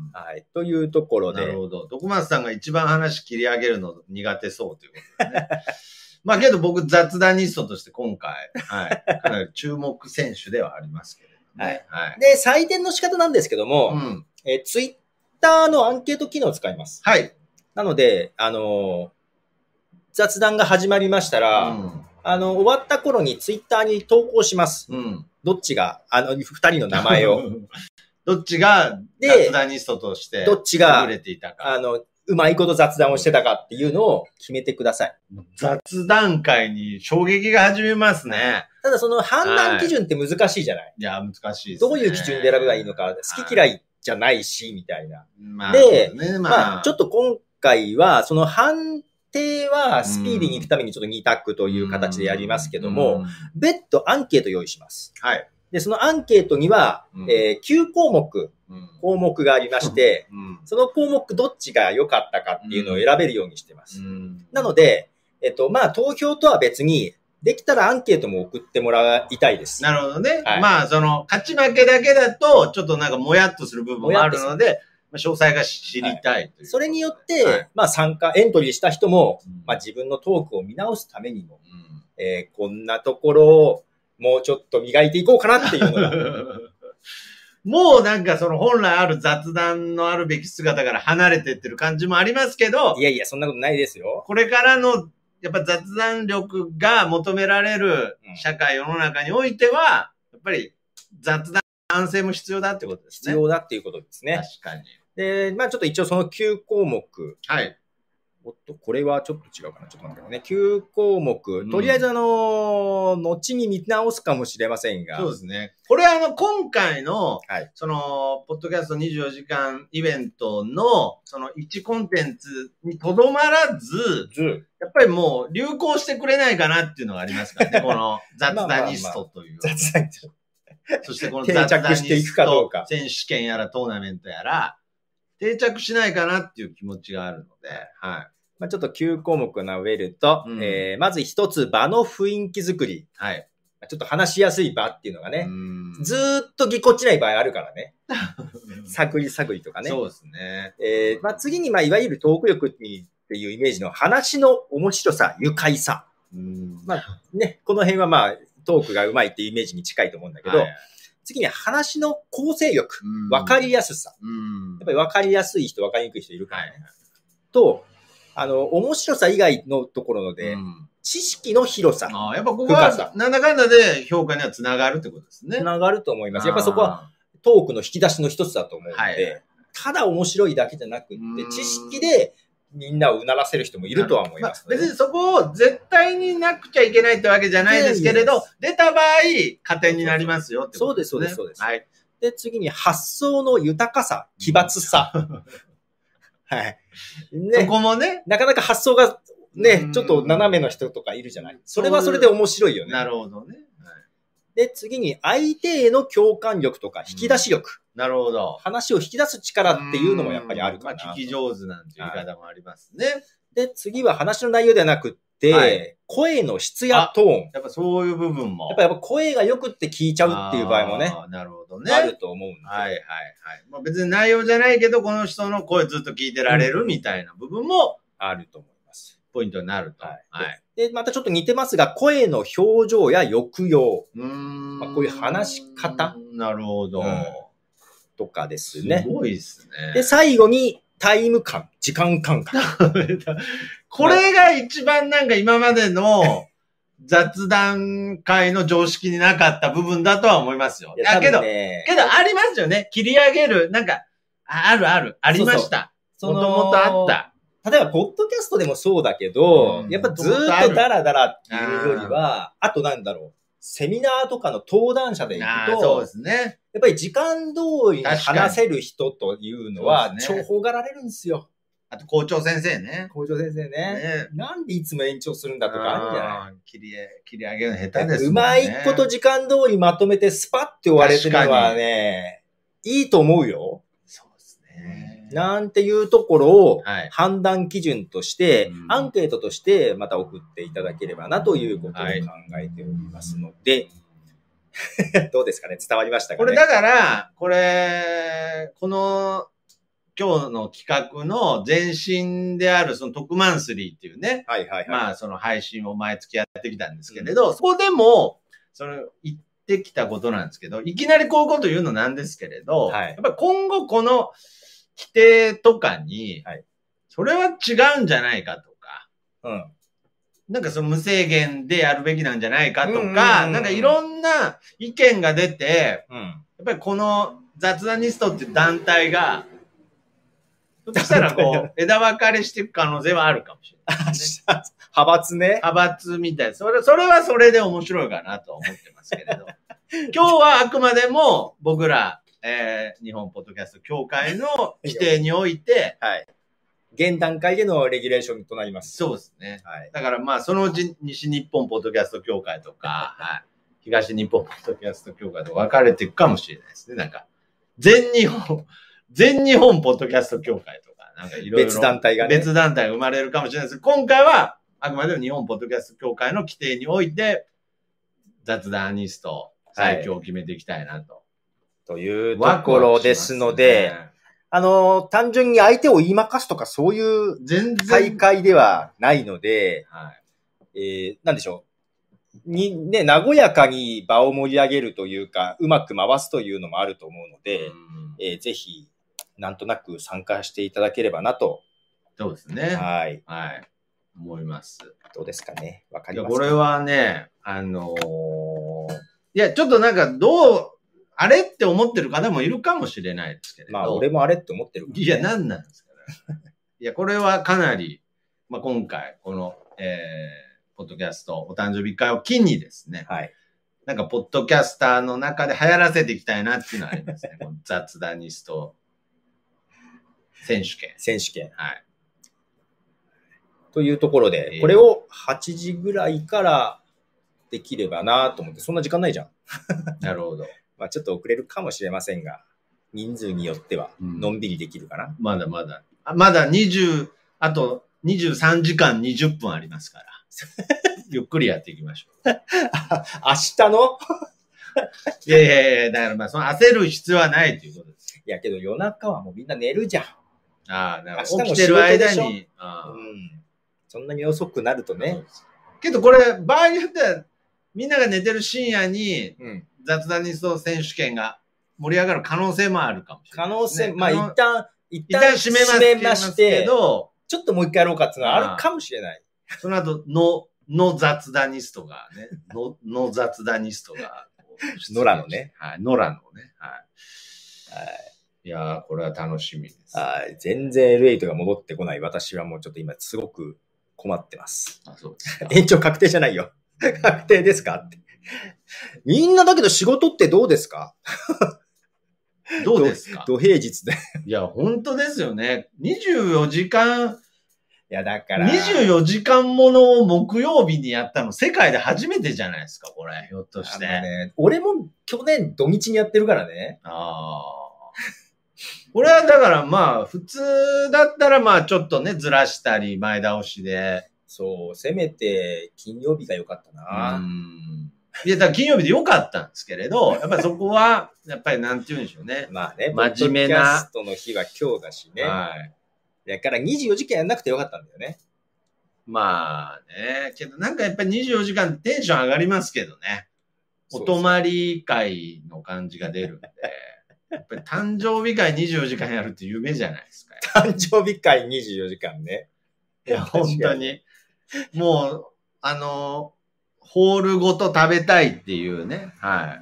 はい。というところで。 なるほど。徳松さんが一番話切り上げるの苦手そうということですね。まあけど僕雑談ニストとして今回、はい。かなり注目選手ではありますけれども、ね。 はい。はい。で、採点の仕方なんですけども、うん、えツイッターのアンケート機能を使います。 はい。 なので、あのー、雑談が始まりましたら、うん、あの、終わった頃にツイッターに投稿します。うん。どっちが、あの、二人の名前を。 どっちが雑談ニストとしてどっちが優れていたか。 あの、うまいこと雑談をしてたかっていうのを決めてください。 雑談会に衝撃が始めますね。 ただその判断基準って難しいじゃない、はい、 いや、難しいですね。 どういう基準で選べばいいのか、好き嫌いじゃないし、みたいな。まあ、で、ね、まあ、まあ、ちょっと今回は、その判定はスピーディーに行くためにちょっとに択という形でやりますけども、別途アンケート用意します。 はい。 で、そのアンケートには、うん、えー、きゅう項目、うん、項目がありまして、うん、その項目どっちが良かったかっていうのを選べるようにしてます。うん、なので、えっと、まあ、投票とは別に、できたらアンケートも送ってもらいたいです。 なるほどね。はい、まあ、その、勝ち負けだけだと、ちょっとなんかもやっとする部分もあるので、まあ、詳細が知りたい、はい、という。 それによって、はい、まあ、参加、エントリーした人も、うん、まあ、自分のトークを見直すためにも、うんえー、こんなところを、もうちょっと磨いていこうかなっていうのが。 もうなんかその本来ある雑談のあるべき姿から離れてってる感じもありますけど。 いやいや、そんなことないですよ。 これからのやっぱ雑談力が求められる社会、世の中においては、やっぱり雑談安静も必要だってことですね。 必要だっていうことですね。 確かに。 で、まあちょっと一応そのきゅう項目。 はい。 おっと、これはちょっと違うかな。ちょっと待ってね。きゅう項目。とりあえずあの、後に見直すかもしれませんが。 そうですね。これあの、今回の、はい、その、ポッドキャストにじゅうよじかんイベントの、そのいちコンテンツにとどまらず、ずやっぱりもう流行してくれないかなっていうのがありますからね。この雑談ニストという。 まあまあまあ、雑談ニスト。 そしてこの雑談ニスト選手権やらトーナメントやら、定着しないかなっていう気持ちがあるので、はい。 まあ、ちょっときゅう項目な上ると、うんえー、まず一つ場の雰囲気作り。 はい。 ちょっと話しやすい場っていうのがね、ずーっとぎこちない場合あるからね。探り探りとかね。 そうですね。 えー、まあ、次に、まあ、いわゆるトーク力っていうイメージの話の面白さ、愉快さ。うんまあ、ね、この辺はまあ、トークが上手いっていうイメージに近いと思うんだけど、はい、次に話の構成力、わかりやすさ。やっぱりわかりやすい人、わかりにくい人いるからね。はい、と、あの、面白さ以外のところので、うん、知識の広さ。 ああ、やっぱここは、なんだかんだで評価にはつながるってことですね。 つながると思います。やっぱそこはトークの引き出しの一つだと思うので、はい、ただ面白いだけじゃなくって、知識でみんなをうならせる人もいるとは思います、 ね。まあ、別にそこを絶対になくちゃいけないってわけじゃないですけれど、出た場合、加点になりますよってことですね。 そうです、そうです、そうです。はい。で、次に発想の豊かさ、奇抜さ。はい。 ね。そこもね。 なかなか発想がね、ちょっと斜めの人とかいるじゃない。それはそれで面白いよね。 なるほどね。 はい、で、次に相手への共感力とか引き出し力。 なるほど。 話を引き出す力っていうのもやっぱりあるかな。 まあ、聞き上手なんていう言い方もありますね。 で、次は話の内容ではなくって、はい、声の質やトーン。 やっぱそういう部分も。 やっぱやっぱ声が良くって聞いちゃうっていう場合もね。 あなるほどね。 あると思うんで。 はいはいはい。まあ、別に内容じゃないけど、この人の声ずっと聞いてられるみたいな部分もあると思います。 ポイントになると。はい。はい、 で、またちょっと似てますが、声の表情や抑揚。 うーん。 まあ、こういう話し方。 なるほど。うん、 とかですね。 すごいですね。 で、最後にタイム感、時間感覚。 これが一番なんか今までの雑談会の常識になかった部分だとは思いますよ。いや、けど、けどありますよね。切り上げる、なんか、あるある、ありました。もともとあった。 例えば、ポッドキャストでもそうだけど、うん、やっぱずーっとダラダラっていうよりは、あ, あとなんだろう、セミナーとかの登壇者で行くと、 そうですね。 やっぱり時間通りに話せる人というのは、重宝がられるんですよ。 あと校長先生ね。 校長先生ね。ねなんでいつも延長するんだとかあるんじゃない切り、切り上げるの下手ですもんね。 うまいこと時間通りまとめてスパッて終われてるのはね、いいと思うよ。 そうですね。 なんていうところを判断基準として、はい、アンケートとしてまた送っていただければなということを考えておりますので、はい、どうですかね、伝わりましたかね。 これだから、これ、この、今日の企画の前身であるその特マンスリーっていうね。 はいはいはい。 まあその配信を毎月やってきたんですけれど、うん、そこでも、その言ってきたことなんですけど、いきなりこういうこと言うのなんですけれど、はい、やっぱり今後この規定とかに、はい、それは違うんじゃないかとか、うん、なんかその無制限でやるべきなんじゃないかとか、うんうんうんうん、なんかいろんな意見が出て、うん、やっぱりこの雑談ニストっていう団体が、そしたらこう、枝分かれしていく可能性はあるかもしれない、ね。 派閥ね。 派閥みたいな。それ、それはそれで面白いかなと思ってますけれど。今日はあくまでも僕ら、えー、日本ポッドキャスト協会の規定において、 はい。現段階でのレギュレーションとなります。 そうですね。はい。だからまあ、そのうち西日本ポッドキャスト協会とか、はい。東日本ポッドキャスト協会と分かれていくかもしれないですね。なんか、全日本、全日本ポッドキャスト協会とか、なんかいろいろ。 別団体がね。 別団体が生まれるかもしれないです。今回は、あくまでも日本ポッドキャスト協会の規定において、雑談ニスト、最強を決めていきたいなと。はい、 というところですので、ね、あの、単純に相手を言いまかすとかそういう大会ではないので、はい、えー、なんでしょう。に、ね、和やかに場を盛り上げるというか、うまく回すというのもあると思うので、うん、えー、ぜひ、なんとなく参加していただければなと。 そうですね。 はい。 はい。思います。 どうですかね。わかりますか。 これはね、あのー、いや、ちょっとなんかどう、あれって思ってる方もいるかもしれないですけれど。 まあ、俺もあれって思ってる、 ね。いや、なんなんですかね。いや、これはかなり、まあ、今回、この、えー、ポッドキャストお誕生日会を機にですね。はい。なんか、ポッドキャスターの中で流行らせていきたいなっていうのはありますね。この雑談ニスト選手権。 選手権。 はい。 というところで、これをはちじぐらいからできればなと思って、そんな時間ないじゃん。 なるほど。 まあちょっと遅れるかもしれませんが、人数によってはのんびりできるかな。うん、 まだまだ。まだにじゅう、あとにじゅうさんじかんにじゅっぷんありますから。ゆっくりやっていきましょう。 明日のいやいやいや、だからまあその焦る必要はないということです。 いやけど夜中はもうみんな寝るじゃん。 ああ、なるほど。起きてる間に。 あうん、そんなに遅くなるとね。 けどこれ、場合によっては、みんなが寝てる深夜に、雑談ニスト選手権が盛り上がる可能性もあるかもしれない、ね。 可能性、まあ一旦、一旦締めましてけど、ちょっともう一回やろうかっていうのはあるかもしれない。 その後、の、の雑談ニストがね、の、の雑談ニストが。 野良のね。 はい、野良のね。はい。はいいやー、これは楽しみです。 はい。全然 エルエイト が戻ってこない私はもうちょっと今すごく困ってます。 あ、そうですか。 延長確定じゃないよ。確定ですかって。みんなだけど仕事ってどうですかどうですか土平日で。 いや、本当ですよね。にじゅうよじかん、いや、だから。 にじゅうよじかんものを木曜日にやったの世界で初めてじゃないですか、これ。ひょっとして。 ね、俺も去年土日にやってるからね。 ああ。これはだからまあ普通だったらまあちょっとねずらしたり前倒しで。 そう、せめて金曜日が良かったな。 うん。いやだから金曜日で良かったんですけれど、やっぱりそこはやっぱりなんて言うんでしょうね。 まあね、 真面目な。 ポッドキャストの日は今日だしね。はい。だからにじゅうよじかんやんなくてよかったんだよね。 まあね、けどなんかやっぱりにじゅうよじかんテンション上がりますけどね。お泊まり会の感じが出るんで。やっぱり誕生日会にじゅうよじかんやるって夢じゃないですか。 誕生日会にじゅうよじかんね。 いや、本当に。もう、あの、ホールごと食べたいっていうね。はい。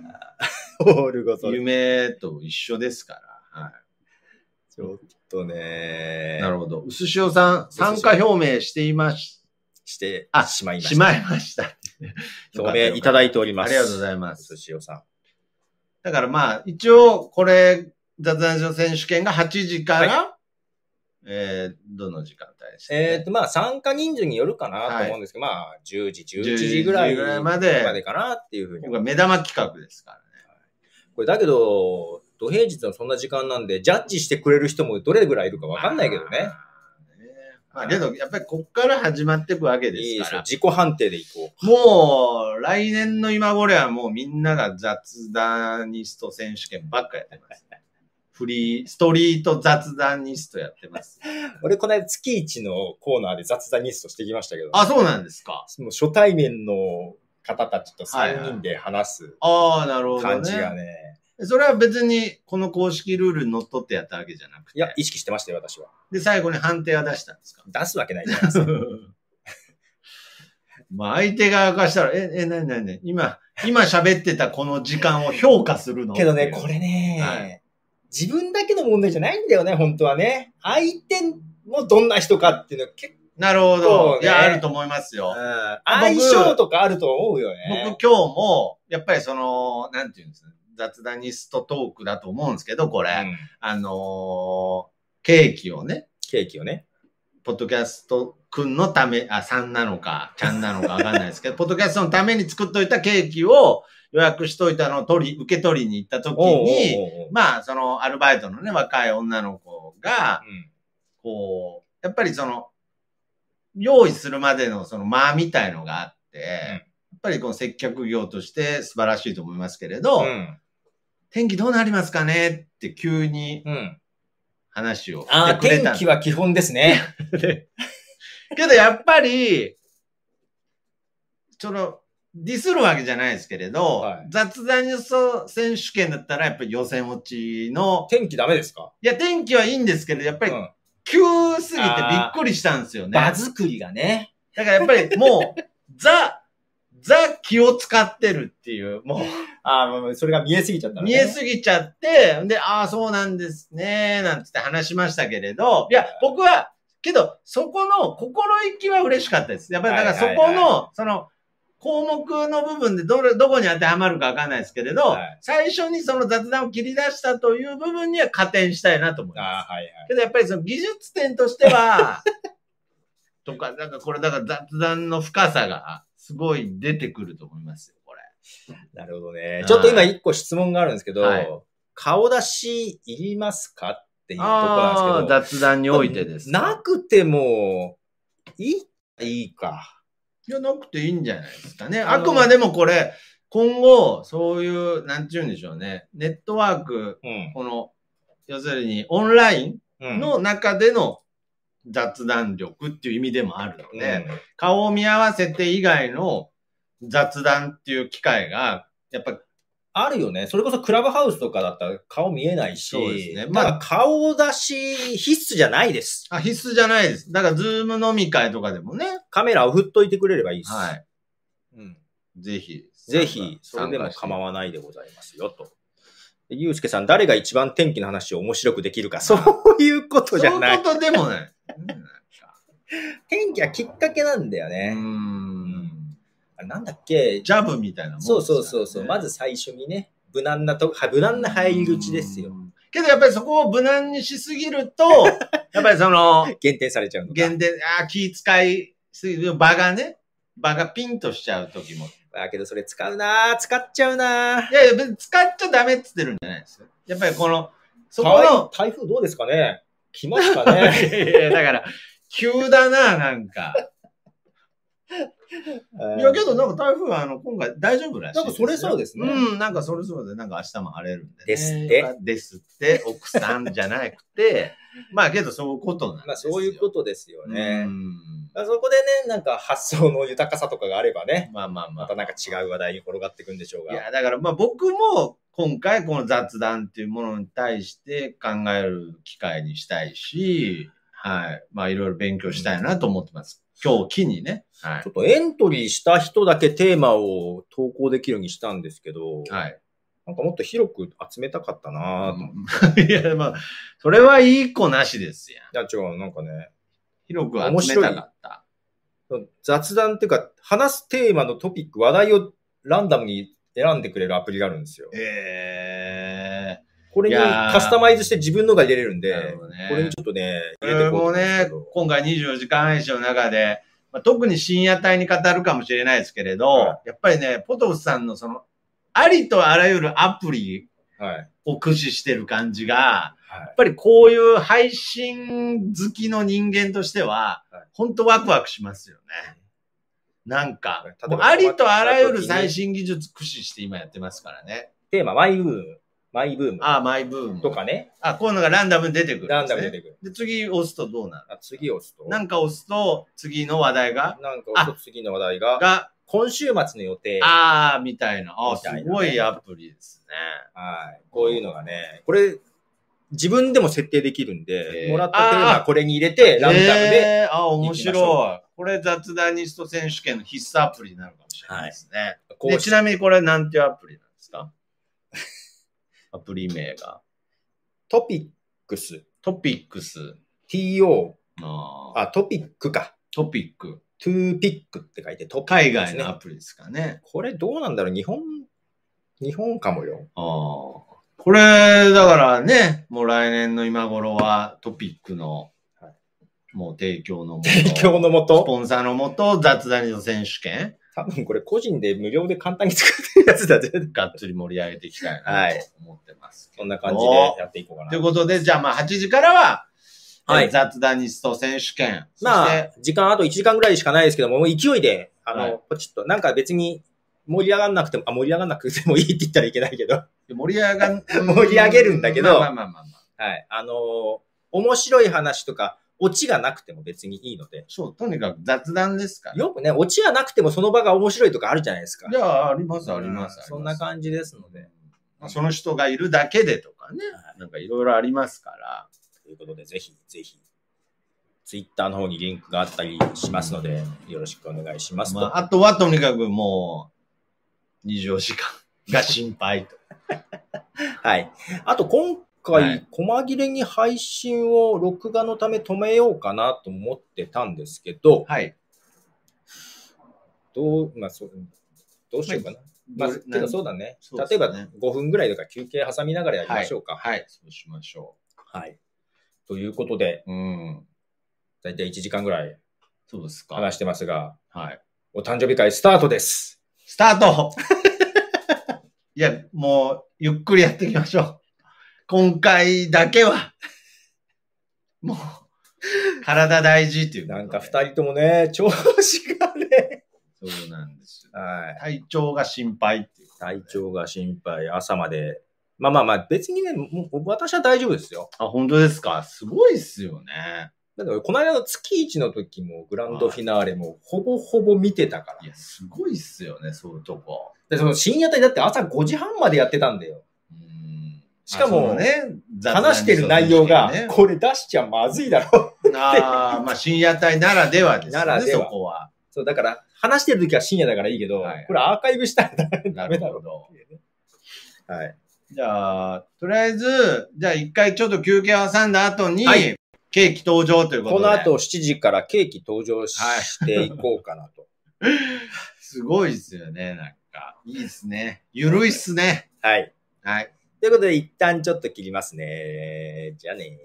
ホールごと。 夢と一緒ですから。はい。 ちょっとね。 なるほど。うすしおさん、参加表明していまし、 してあ、 しまいました。 しまいました。 表明いただいております。 ありがとうございます。 うすしおさん。 だからまあ、一応、これ、雑談所選手権がはちじから、はい、えー、どの時間帯ですか、ね、 えっ、ー、と、まあ、参加人数によるかなと思うんですけど、はい、まあ、じゅうじ、じゅういちじぐらいまで、までかなっていうふうに。 僕は目玉企画ですからね。 これだけど、土平日のそんな時間なんで、ジャッジしてくれる人もどれぐらいいるかわかんないけどね。 まあ、けど、やっぱりこっから始まっていくわけですから。いい自己判定でいこう。もう、来年の今頃はもうみんなが雑談ニスト選手権ばっかやってます。フリー、ストリート雑談ニストやってます。 俺、この間月一のコーナーで雑談ニストしてきましたけど、ね。 あ、そうなんですか。 もう初対面の方たちとさんにんで話す。 ああ、なるほど。 感じがね。 それは別にこの公式ルールにのっとってやったわけじゃなくて。 いや、意識してましたよ、私は。 で、最後に判定は出したんですか？ 出すわけないじゃないですか。 まあ、相手側からしたら、え、え、なになになに今、今喋ってたこの時間を評価するのけどね、これね、はい、自分だけの問題じゃないんだよね、本当はね。相手もどんな人かっていうのは結構、 なるほど。ね、いや、あると思いますよ。 相性とかあると思うよね。 僕今日も、やっぱりその、なんていうんですか、雑談ニストトークだと思うんですけど、これ。うん、あのー、ケーキをね。 ケーキをね。 ポッドキャストくんのため、あ、さんなのか、ちゃんなのかわかんないですけど、ポッドキャストのために作っといたケーキを予約しといたのを取り、受け取りに行った時に、おうおうおうまあ、そのアルバイトのね、若い女の子が、うん、こう、やっぱりその、用意するまでのその間みたいのがあって、うん、やっぱりこの接客業として素晴らしいと思いますけれど、うん、天気どうなりますかねって急に話をしてくれた、うん。ああ、 天気は基本ですね。 けどやっぱり、その、ディスるわけじゃないですけれど、はい、雑談ニュース選手権だったらやっぱり予選落ちの。 天気ダメですか？ いや、天気はいいんですけど、やっぱり、うん、急すぎてびっくりしたんですよね。 場作りがね。 だからやっぱりもう、ザ、ザ気を使ってるっていう、もう。 ああ、それが見えすぎちゃったね。 見えすぎちゃって、で、ああ、そうなんですね、なんつって話しましたけれど、いや、僕は、けど、そこの心意気は嬉しかったです。やっぱり、だからそこの、はいはいはい、その、項目の部分でどれ、どこに当てはまるかわかんないですけれど、はい、最初にその雑談を切り出したという部分には加点したいなと思います。あ、はいはい、けどやっぱりその技術点としては、とか、なんかこれだから雑談の深さがすごい出てくると思いますよ、これ。 なるほどね。ちょっと今一個質問があるんですけど、はい、顔出しいりますかっていうところなんですけど。 雑談においてですか。なくても、いい、いいか。 いや、なくていいんじゃないですかね。あくまでもこれ、今後、そういう、なんて言うんでしょうね。ネットワーク、うん、この、要するにオンラインの中での雑談力っていう意味でもあるので、うん、顔を見合わせて以外の雑談っていう機会が、やっぱあるよね。それこそクラブハウスとかだったら顔見えないし。そうですね。まあ、顔出し必須じゃないです。 あ、必須じゃないです。だから、ズーム飲み会とかでもね。 カメラを振っといてくれればいいです。はい。 うん。ぜひ。 ぜひ、それでも構わないでございますよ、と。ゆうすけさん、誰が一番天気の話を面白くできるか、そういうことじゃない。 そういうことでもない。 天気はきっかけなんだよね。うーん。なんだっけジャブみたいなもん、ね、 そうそうそうそう。まず最初にね、無難なと、無難な入り口ですよ。 けどやっぱりそこを無難にしすぎると、やっぱりその、 減点されちゃうのか。 減点、ああ、気使いすぎる。場がね、場がピンとしちゃう時も。 だけどそれ使うなー使っちゃうなーいやいや、別に使っちゃダメって言ってるんじゃないですよ。やっぱりこの、 そこの。台風どうですかね来ますかねいやいや、だから、急だな、なんか。 いや、けどなんか台風はあの、今回大丈夫らしいですよ。 なんかそれそうですね。 うん、なんかそれそうで、なんか明日も晴れるんで、ね。 ですって。 ですって、奥さんじゃなくて、まあけどそういうことなんですよ。 まあそういうことですよね。 うん。 そこでね、なんか発想の豊かさとかがあればね。 まあまあまあ。 またなんか違う話題に転がっていくんでしょうが。 いや、だからまあ僕も今回この雑談っていうものに対して考える機会にしたいし、はい。まあいろいろ勉強したいなと思ってます。今日機にね。はい。 ちょっとエントリーした人だけテーマを投稿できるようにしたんですけど、 はい。 なんかもっと広く集めたかったなぁと思って。いや、まあ、それはいい子なしですやん。 いや、違う、なんかね、 広く集めたかった。 雑談っていうか、話すテーマのトピック、話題をランダムに選んでくれるアプリがあるんですよ。 へー。 これにカスタマイズして自分のが入れれるんで、ね、これにちょっとね、 入れてこうと思うんですけど。もうね、今回にじゅうよじかん配信の中で、まあ、特に深夜帯に語るかもしれないですけれど、はい、やっぱりね、ポトフさんのその、ありとあらゆるアプリを駆使してる感じが、はい、やっぱりこういう配信好きの人間としては、はい、本当ワクワクしますよね。なんか、もうありとあらゆる最新技術駆使して今やってますからね。 テーマ、マイブーム。マイブーム。 ああ、マイブーム。 とかね。 あ、こういうのがランダムに出てくる、ね。 ランダムに出てくる。 で、次押すとどうなる？ あ、次押すと。 なんか押すと、次の話題がなんか押すと次の話題が。 が、 今週末の予定。 ああ、みたいな。ああ、すごいアプリですね。 はい。こういうのがね、これ、自分でも設定できるんで、もらったテーマこれに入れて、ランダムで。 ああ、面白い。これ雑談ニスト選手権の必須アプリになるかもしれないですね。はい、でちなみにこれなんていうアプリなんですか？アプリ名が。 トピックス。 トピックス。 ティーオー。 ああ、トピックか。 トピック。 トゥーピックって書いてトピック、ね。海外のアプリですかね。 これどうなんだろう？日本、日本かもよ。 ああ。これ、だからね、もう来年の今頃はトピックの、はい、もう提供のもと。 提供のもとスポンサーのもと、雑談の選手権。 多分これ個人で無料で簡単に作ってるやつだぜ。 がっつり盛り上げていきたいなと思ってます。 はい、そんな感じでやっていこうかな。 ということで、じゃあまあはちじからは、はい、雑談ニスト選手権。 まあ、時間あといちじかんぐらいしかないですけども、もう勢いで、あの、はい、ポチッと、なんか別に盛り上がんなくても、あ、盛り上がんなくてもいいって言ったらいけないけど。 盛り上がん、 盛り上げるんだけど、 まあまあまあまあ、まあ。 はい。あのー、面白い話とか、オチがなくても別にいいので。 そう、とにかく雑談ですから。 よくね、オチがなくてもその場が面白いとかあるじゃないですか。 いや、あります、あります。 そんな感じですので。 まあ、その人がいるだけでとかね、はい、なんかいろいろありますから。 ということで、ぜひ、ぜひ、ツイッターの方にリンクがあったりしますので、よろしくお願いしますと。 まあ、あとはとにかくもう、にじゅうよじかんが心配と。 はい。あと今回、細切れに配信を録画のため止めようかなと思ってたんですけど、 はい。 どう、まあそう、どうしようかな。はい、まあ、けどそうだね。ね例えばごふんぐらいとか休憩挟みながらやりましょうか。 はい。はい、そうしましょう。はい。ということで、 うん。 だいたいいちじかんぐらいそうですか。 話してますが、 はい。 お誕生日会スタートです。 スタートいや、もう、ゆっくりやっていきましょう。今回だけは、もう、体大事っていう。 なんか二人ともね、調子がね。 そうなんですよ。 はい。 体調が心配っていう。 体調が心配、朝まで。まあまあまあ、別にね、もう私は大丈夫ですよ。 あ、本当ですか？すごいっすよね。 だからこの間の月一の時もグランドフィナーレもほぼほぼ見てたから。 いや、すごいっすよね、そういうとこ。 で、その深夜帯だって朝ごじはんまでやってたんだよ。 うんしかも、 ね、 話してる内容が、これ出しちゃまずいだろう。 ああ、まあ深夜帯ならではですね、ならではそこは。 そう、だから、話してる時は深夜だからいいけど、はい、これアーカイブしたらダメだろう。はい。 じゃあ、とりあえず、じゃあ一回ちょっと休憩を挟んだ後に、はい、ケーキ登場ということで。 この後しちじからケーキ登場していこうかなと。 はい、すごいですよね、なんか。いいですね。ゆるいっすね。 はい。 はい。 ということで、一旦ちょっと切りますね。じゃあね。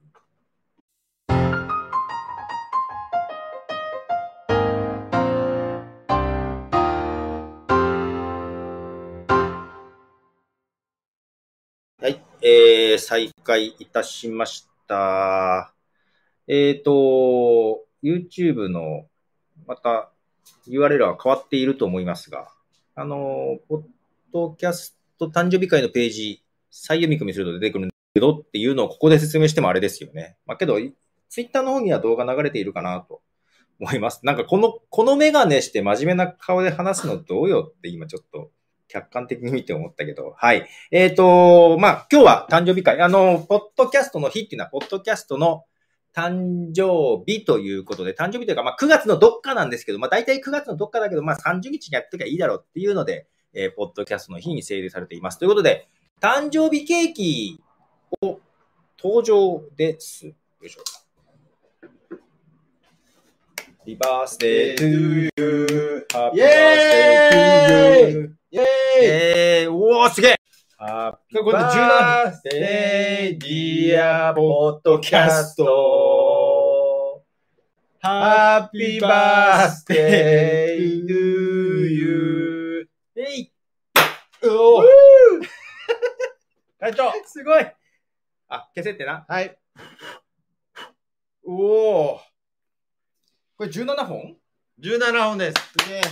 はい。えー、再開いたしました。えっと、YouTube の、また、 ユーアールエル は変わっていると思いますが、あの、ポッドキャスト誕生日会のページ、再読み込みすると出てくるんだけどっていうのをここで説明してもあれですよね。まあけど、ツイッターの方には動画流れているかなと思います。なんかこの、このメガネして真面目な顔で話すのどうよって今ちょっと客観的に見て思ったけど、はい。えっと、まあ今日は誕生日会、あの、ポッドキャストの日っていうのは、ポッドキャストの誕生日ということで、誕生日というか、まあくがつのどっかなんですけど、まあ大体くがつのどっかだけど、まあさんじゅうにちにやっときゃいいだろうっていうので、えー、ポッドキャストの日に制定されています。ということで、誕生日ケーキを登場です。よいしょ。Happy birthday to you. Happy birthday to you. イェーイえー、おー、すげえ Happy birthday, dear podcast. Happy birthday to you. えいおー会長すごいあ、消せってな。 はい。 おーこれじゅうななほん ? じゅうななほんです。すげえ。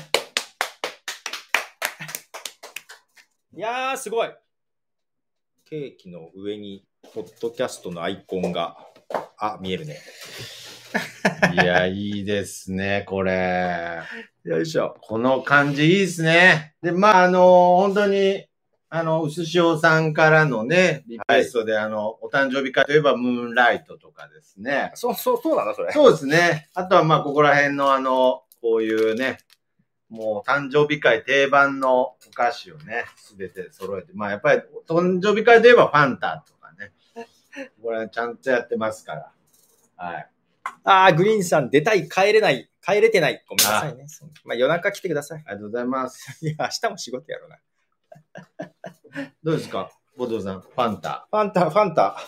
いやー、すごい。ケーキの上に、ポッドキャストのアイコンが、あ、見えるね。 いや、いいですね、これ。 よいしょ。 この感じいいですね。で、まあ、あの、本当に、あの、うすしおさんからのね、リクエストで、はい、あの、お誕生日会といえば、ムーンライトとかですね。 そう、そう、そうなのそれ。 そうですね。あとは、まあ、ここら辺の、あの、こういうね、もう、誕生日会定番のお菓子をね、すべて揃えて、まあ、やっぱり、誕生日会といえば、ファンタとかね。これはちゃんとやってますから。はい。 あー、グリーンさん、出たい、帰れない、帰れてない。ごめんなさいね。まあ、夜中来てください。 ありがとうございます。 いや、明日も仕事やろうな。 どうですかボトルさん、ファンタ。 ファンタ、ファンタ。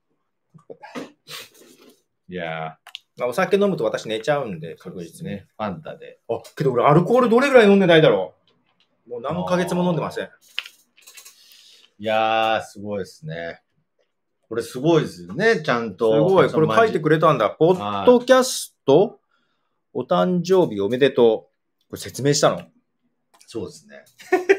いやー。まあ、お酒飲むと私寝ちゃうんで、確実に。 ね。ファンタで。 あ、けど俺アルコールどれぐらい飲んでないだろう。もう何ヶ月も飲んでません。 いやー、すごいですね。これすごいですよね、ちゃんと。 すごい。これ書いてくれたんだ。ポッドキャスト、お誕生日おめでとう。これ説明したの？ そうですね。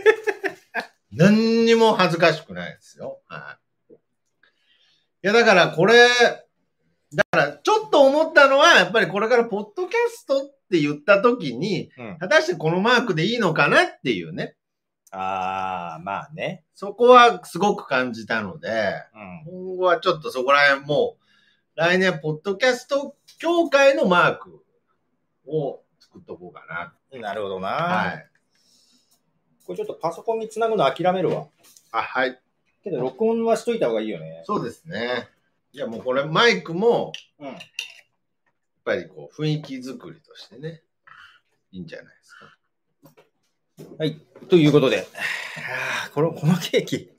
何にも恥ずかしくないですよ。はい。いや、だからこれ、だからちょっと思ったのは、やっぱりこれからポッドキャストって言った時に、うん、果たしてこのマークでいいのかなっていうね。 ああ、まあね。 そこはすごく感じたので、うん、今後はちょっとそこら辺も、来年ポッドキャスト協会のマークを作っとこうかな。 なるほどな。 はい。 これちょっとパソコンにつなぐの諦めるわ。 あ、はい。 けど録音はしといた方がいいよね。 そうですね。いやもうこれマイクも、うん、やっぱりこう雰囲気作りとしてね、いいんじゃないですか。 はい。ということで、この、このケーキ、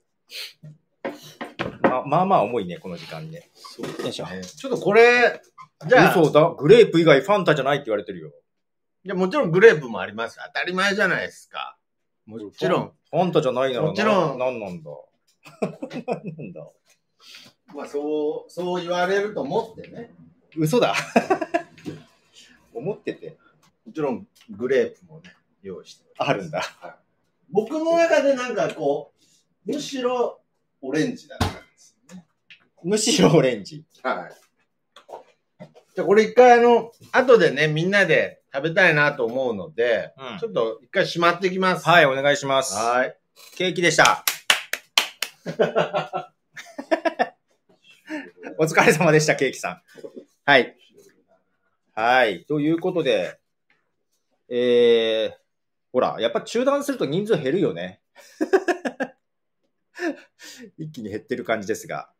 ま、まあまあ重いね、この時間で。 そうですね。ちょっとこれ、 じゃあ。嘘だ。グレープ以外ファンタじゃないって言われてるよ。 いや、もちろんグレープもあります。当たり前じゃないですか。もちろん。 ファンタじゃないならもちろん。 何なんだ。何なんだ。 まあ、そう、そう言われると思ってね。 嘘だ。思ってて。 もちろんグレープもね。用意してあるんだ、 はい。僕の中でなんかこう、むしろオレンジだったんですよね。 むしろオレンジ。 はい。じゃあこれ一回あの、後でね、みんなで食べたいなと思うので、うん、ちょっと一回しまってきます。 はい、お願いします。 はい。 ケーキでした。お疲れ様でした、ケーキさん。はい。はい。ということで、えー、ほら、やっぱ中断すると人数減るよね。一気に減ってる感じですが。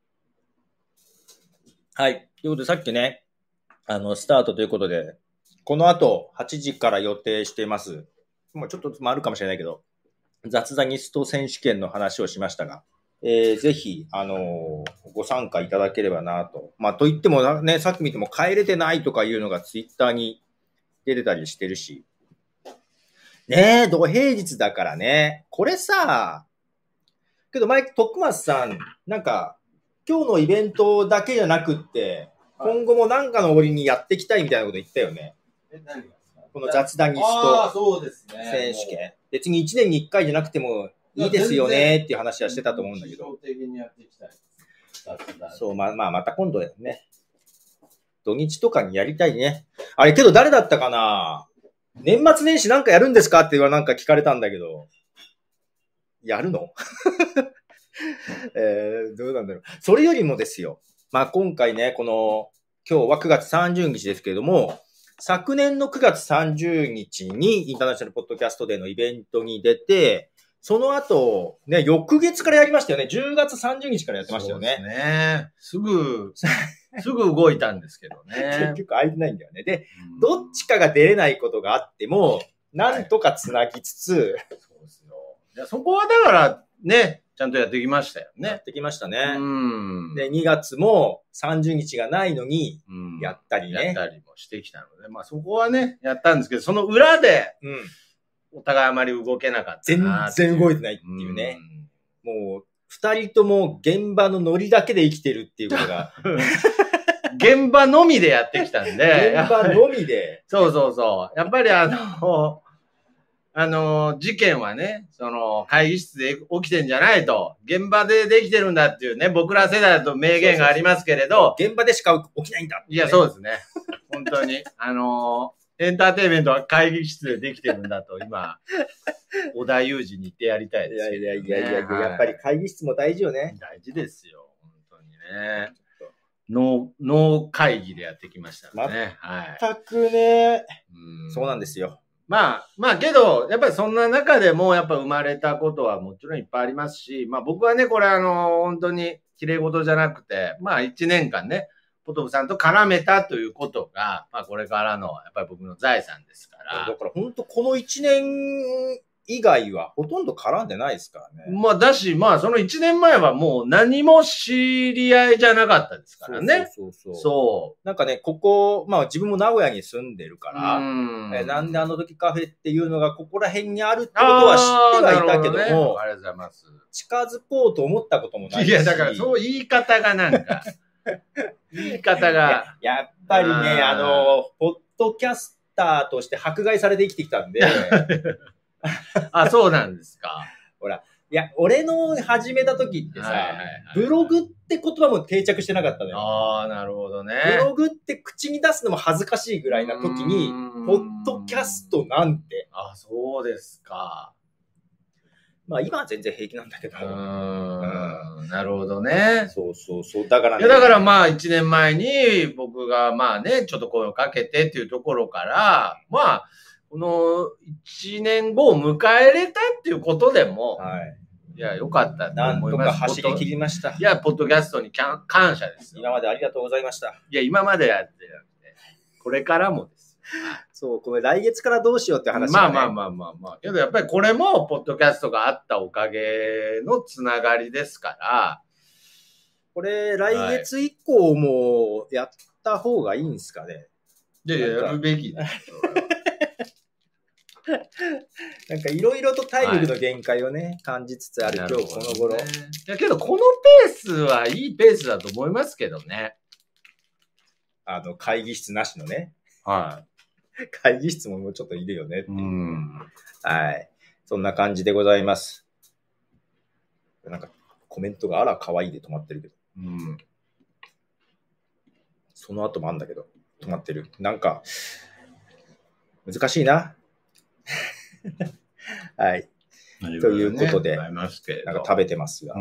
はい。ということで、さっきね、あの、スタートということで、この後、はちじから予定しています。もうちょっと回るかもしれないけど、雑談ニスト選手権の話をしましたが、えー、ぜひ、あのー、ご参加いただければなと。まあ、と言ってもね、さっき見ても帰れてないとかいうのがツイッターに出てたりしてるし、ねえ、土平日だからね。これさ、けど前、徳松さん、なんか、今日のイベントだけじゃなくって、今後もなんかの折にやっていきたいみたいなこと言ったよね。 え、何がですか？ この雑談ギスト選手権。別にいちねんにいっかいじゃなくてもいいですよねっていう話はしてたと思うんだけど。そう、まあまあ、また今度だよね。土日とかにやりたいね。あれ、けど誰だったかな？年末年始なんかやるんですかってなんか聞かれたんだけど。やるのえー、どうなんだろう。それよりもですよ。まあ今回ね、この、今日はくがつさんじゅうにちですけれども、昨年のくがつさんじゅうにちにインターナショナルポッドキャストデーのイベントに出て、その後、ね、翌月からやりましたよね。じゅうがつさんじゅうにちからやってましたよね。 そうですね。すぐ、すぐ動いたんですけどね。 結局空いてないんだよね。で、うん、どっちかが出れないことがあっても、なんとかつなぎつつ、はい、 そうですよ。いや、そこはだからね、ちゃんとやってきましたよね。 やってきましたね。 うん。 で、にがつもさんじゅうにちがないのに、やったりね、うん。 やったりもしてきたので、まあそこはね、やったんですけど、その裏で、うんお互いあまり動けなかったな。 全然動いてないっていうね。うん、もう、二人とも現場のノリだけで生きてるっていうことが。 現場のみでやってきたんで。 現場のみで。 そうそうそう。やっぱりあの、あの、事件はね、その、会議室で起きてんじゃないと、現場でできてるんだっていうね、僕ら世代だと名言がありますけれど。 そうそうそう現場でしか起きないんだ、ね。 いや、そうですね。本当に。あの、エンターテインメントは会議室でできてるんだと、今、小田裕二に言ってやりたいですけど、ね。 いやいやいやいやいや、はい、やっぱり会議室も大事よね。 大事ですよ、本当にね。脳、脳会議でやってきましたね。 全くね、うん。そうなんですよ。 まあ、まあけど、やっぱりそんな中でも、やっぱ生まれたことはもちろんいっぱいありますし、まあ僕はね、これあの、本当に綺麗事じゃなくて、まあ一年間ね、ポトフさんと絡めたということが、まあこれからの、やっぱり僕の財産ですから。 だから本当この一年以外はほとんど絡んでないですからね。 まあだし、まあその一年前はもう何も知り合いじゃなかったですからね。 そうそうそうそう。 そう。 なんかね、ここ、まあ自分も名古屋に住んでるから、うんえなんであの時カフェっていうのがここら辺にあるってことは知ってはいたけども、 あ, ど、ね、ありがとうございます。 近づこうと思ったこともないし。 いや、だからそう言い方がなんか、言い方がや。やっぱりね、あの、ポッドキャスターとして迫害されて生きてきたんで。 あ、そうなんですか。 ほら、いや、俺の始めた時ってさ、はいはいはいはい、ブログって言葉も定着してなかったのよ。 ああ、なるほどね。 ブログって口に出すのも恥ずかしいぐらいな時に、ポッドキャストなんて。 あ、そうですか。 まあ今は全然平気なんだけど。うーん、なるほどね。 そうそうそう。だからね。いやだからまあ一年前に僕がまあね、ちょっと声をかけてっていうところから、まあ、この一年後を迎えれたっていうことでも、はい、いや、よかったと思います。 なんとか走り切りました。 いや、ポッドキャストに感謝です。 今までありがとうございました。 いや、今までやってなくて、これからもです。 そう、これ来月からどうしようって話、ね、 まあまあまあまあまあ。けどやっぱりこれも、ポッドキャストがあったおかげのつながりですから、 これ来月以降もやった方がいいんですかね。 いや、やるべきだ。 なんかいろいろと体力の限界をね、はい、感じつつある今日この頃。ね、 いやけどこのペースはいいペースだと思いますけどね。 あの会議室なしのね。 はい。 会議室ももうちょっといるよねっていう。 うんはい。そんな感じでございます。なんかコメントがあら可愛いで止まってるけど。 うん。 その後もあんだけど止まってる。なんか難しいな。はい。ということで、なんか食べてますが。 うん、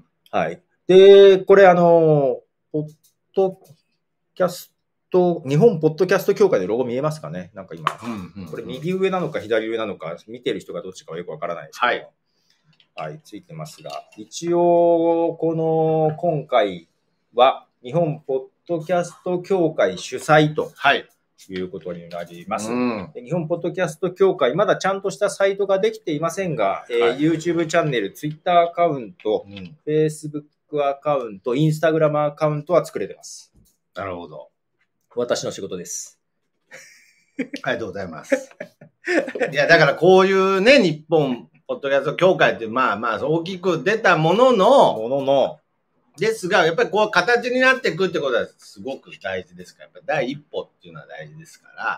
はい。で、これあの、ポッドキャスト、日本ポッドキャスト協会でロゴ見えますかねなんか今、うんうん。これ右上なのか左上なのか、見てる人がどっちかはよくわからないですけど。 はい。 はい、ついてますが。一応、この、今回は、日本ポッドキャスト協会主催と。 はい。 いうことになります、 うん、 日本ポッドキャスト協会、まだちゃんとしたサイトができていませんが、はい、えー、YouTube チャンネル、Twitter アカウント、うん、Facebook アカウント、Instagram アカウントは作れてます。 なるほど。 私の仕事です。 ありがとうございます。いや、だからこういうね、日本ポッドキャスト協会って、まあまあ大きく出たものの、 ものの、 ですが、やっぱりこう形になっていくってことはすごく大事ですから、やっぱり第一歩っていうのは大事ですから。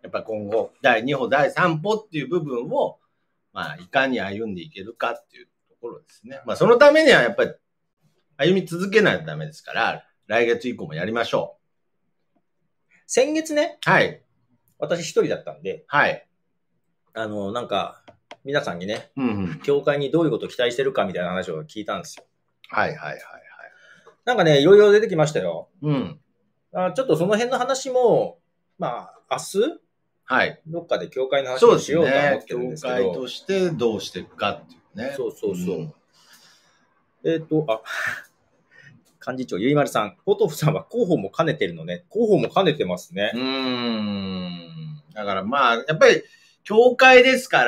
やっぱ今後、だいに歩、だいさん歩っていう部分を、まあ、いかに歩んでいけるかっていうところですね。まあ、そのためにはやっぱり、歩み続けないとダメですから、来月以降もやりましょう。先月ね。 はい。 私一人だったんで。 はい。 あの、なんか、皆さんにね、 うんうん、 教会にどういうことを期待してるかみたいな話を聞いたんですよ。 はいはいはいはい。 なんかね、いろいろ出てきましたよ。 うん。 あちょっとその辺の話も、まあ、明日はい。 どっかで教会の話をしようと思ってるんですけど。 教会としてどうしていくかっていうね。 そうそうそう。うん、えっ、ー、と、あ、幹事長、ゆいまるさん、ポトフさんは広報も兼ねてるのね。広報も兼ねてますね。 うーん。だからまあ、やっぱり、教会ですから、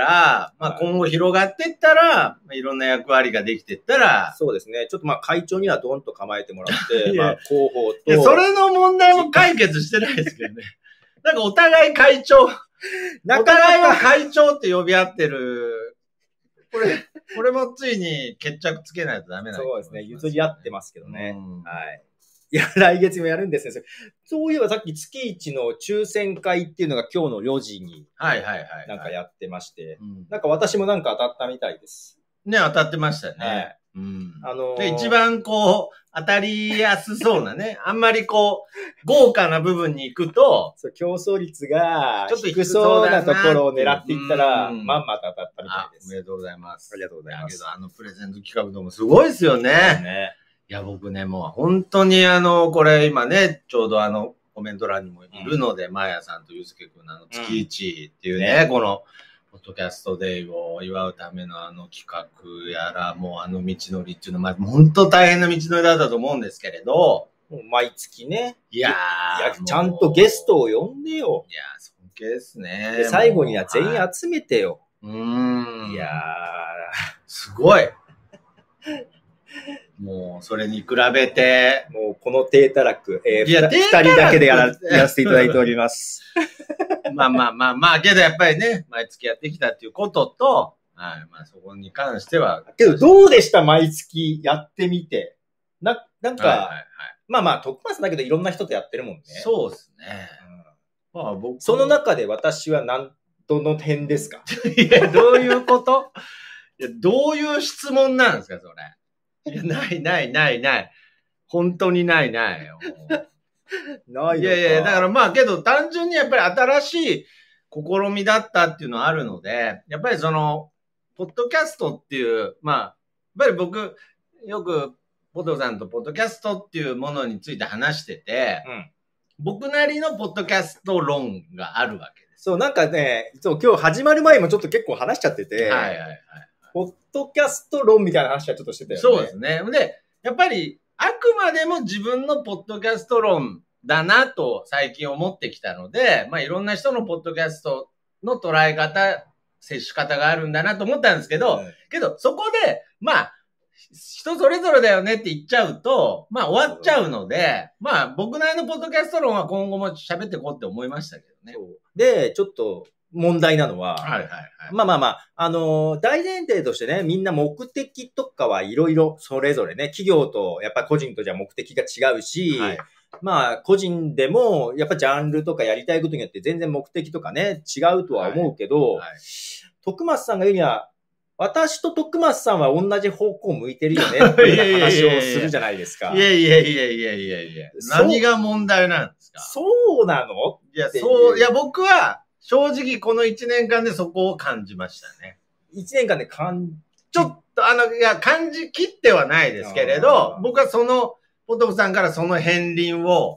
まあ今後広がっていったら、いろんな役割ができていったら。 そうですね。ちょっとまあ会長にはドンと構えてもらって、まあ広報と。 いや、それの問題も解決してないですけどね。なんかお互い会長、お互いを会長って呼び合ってる。これ、これもついに決着つけないとダメなんですね。 そうですね。譲り合ってますけどね。はい。いや、来月もやるんですね。そういえばさっき月一の抽選会っていうのが今日のよじに、 はいはいはい。 なんかやってまして、なんか私もなんか当たったみたいです。 ね、当たってましたよね。 はい。 うん。 あのー、 で、一番こう、当たりやすそうなね、あんまりこう、豪華な部分に行くと、 そう競争率が低そうなところを狙っていったら、まんまと当たったみたいです。 おめでとうございます。 ありがとうございます。 だけど、あのプレゼント企画でもすごいですよね。ね。いや、僕ね、もう本当にあの、これ今ね、ちょうどあの、コメント欄にもいるので、まやさんとゆうすけくんのあの、月一っていうね、うん、この、ポッドキャストデイを祝うためのあの企画やら、もうあの道のりっていうのは、まあ、本当大変な道のりだったと思うんですけれど、 もう毎月ね。 いやー、いやちゃんとゲストを呼んでよ。 いやー、尊敬ですね。 で、最後には全員集めてよ。 うーん。 いやー、 すごい。もう、それに比べて。 もう、この低たらく、えー、いや二人だけでやら、やらせていただいております。 まあまあまあまあ、けどやっぱりね、毎月やってきたっていうことと、はい、まあそこに関しては。 けど、どうでした毎月やってみて。な、なんか、はいはいはい、まあまあ、徳松だけどいろんな人とやってるもんね。 そうですね。 うん、まあ僕その中で私は何、どの辺ですかいや、どういうこといや、どういう質問なんですか、それ。いや、ないないないない。本当にないない。 ないいやいや、だからまあけど単純にやっぱり新しい試みだったっていうのはあるので、やっぱりその、ポッドキャストっていう、まあ、やっぱり僕、よく、ポトフさんとポッドキャストっていうものについて話してて、うん、僕なりのポッドキャスト論があるわけです。 そう、なんかね、そう今日始まる前もちょっと結構話しちゃってて、 はいはいはい。 ポッドキャスト論みたいな話はちょっとしてたよね。 そうですね。で、やっぱり、あくまでも自分のポッドキャスト論だなと最近思ってきたので、まあいろんな人のポッドキャストの捉え方、接し方があるんだなと思ったんですけど、うん、けどそこで、まあ、人それぞれだよねって言っちゃうと、まあ終わっちゃうので、まあ僕なりのポッドキャスト論は今後も喋っていこうって思いましたけどね。 で、ちょっと問題なのは、 はいはいはい、 まあまあまあ、あのー、大前提としてね、みんな目的とかはいろいろそれぞれね、企業とやっぱ個人とじゃ目的が違うし、はい、まあ個人でもやっぱジャンルとかやりたいことによって全然目的とかね、違うとは思うけど、はいはい、徳松さんが言うには、私と徳松さんは同じ方向向いてるよねっていう話をするじゃないですか。 いやいやいやいやいやいや。何が問題なんですか？ そうなの？ いや、そう、いや僕は正直この一年間でそこを感じましたね。 一年間で感じ、 ちょっとあの、いや、感じきってはないですけれど、僕はその、ポトフさんからその片鱗を、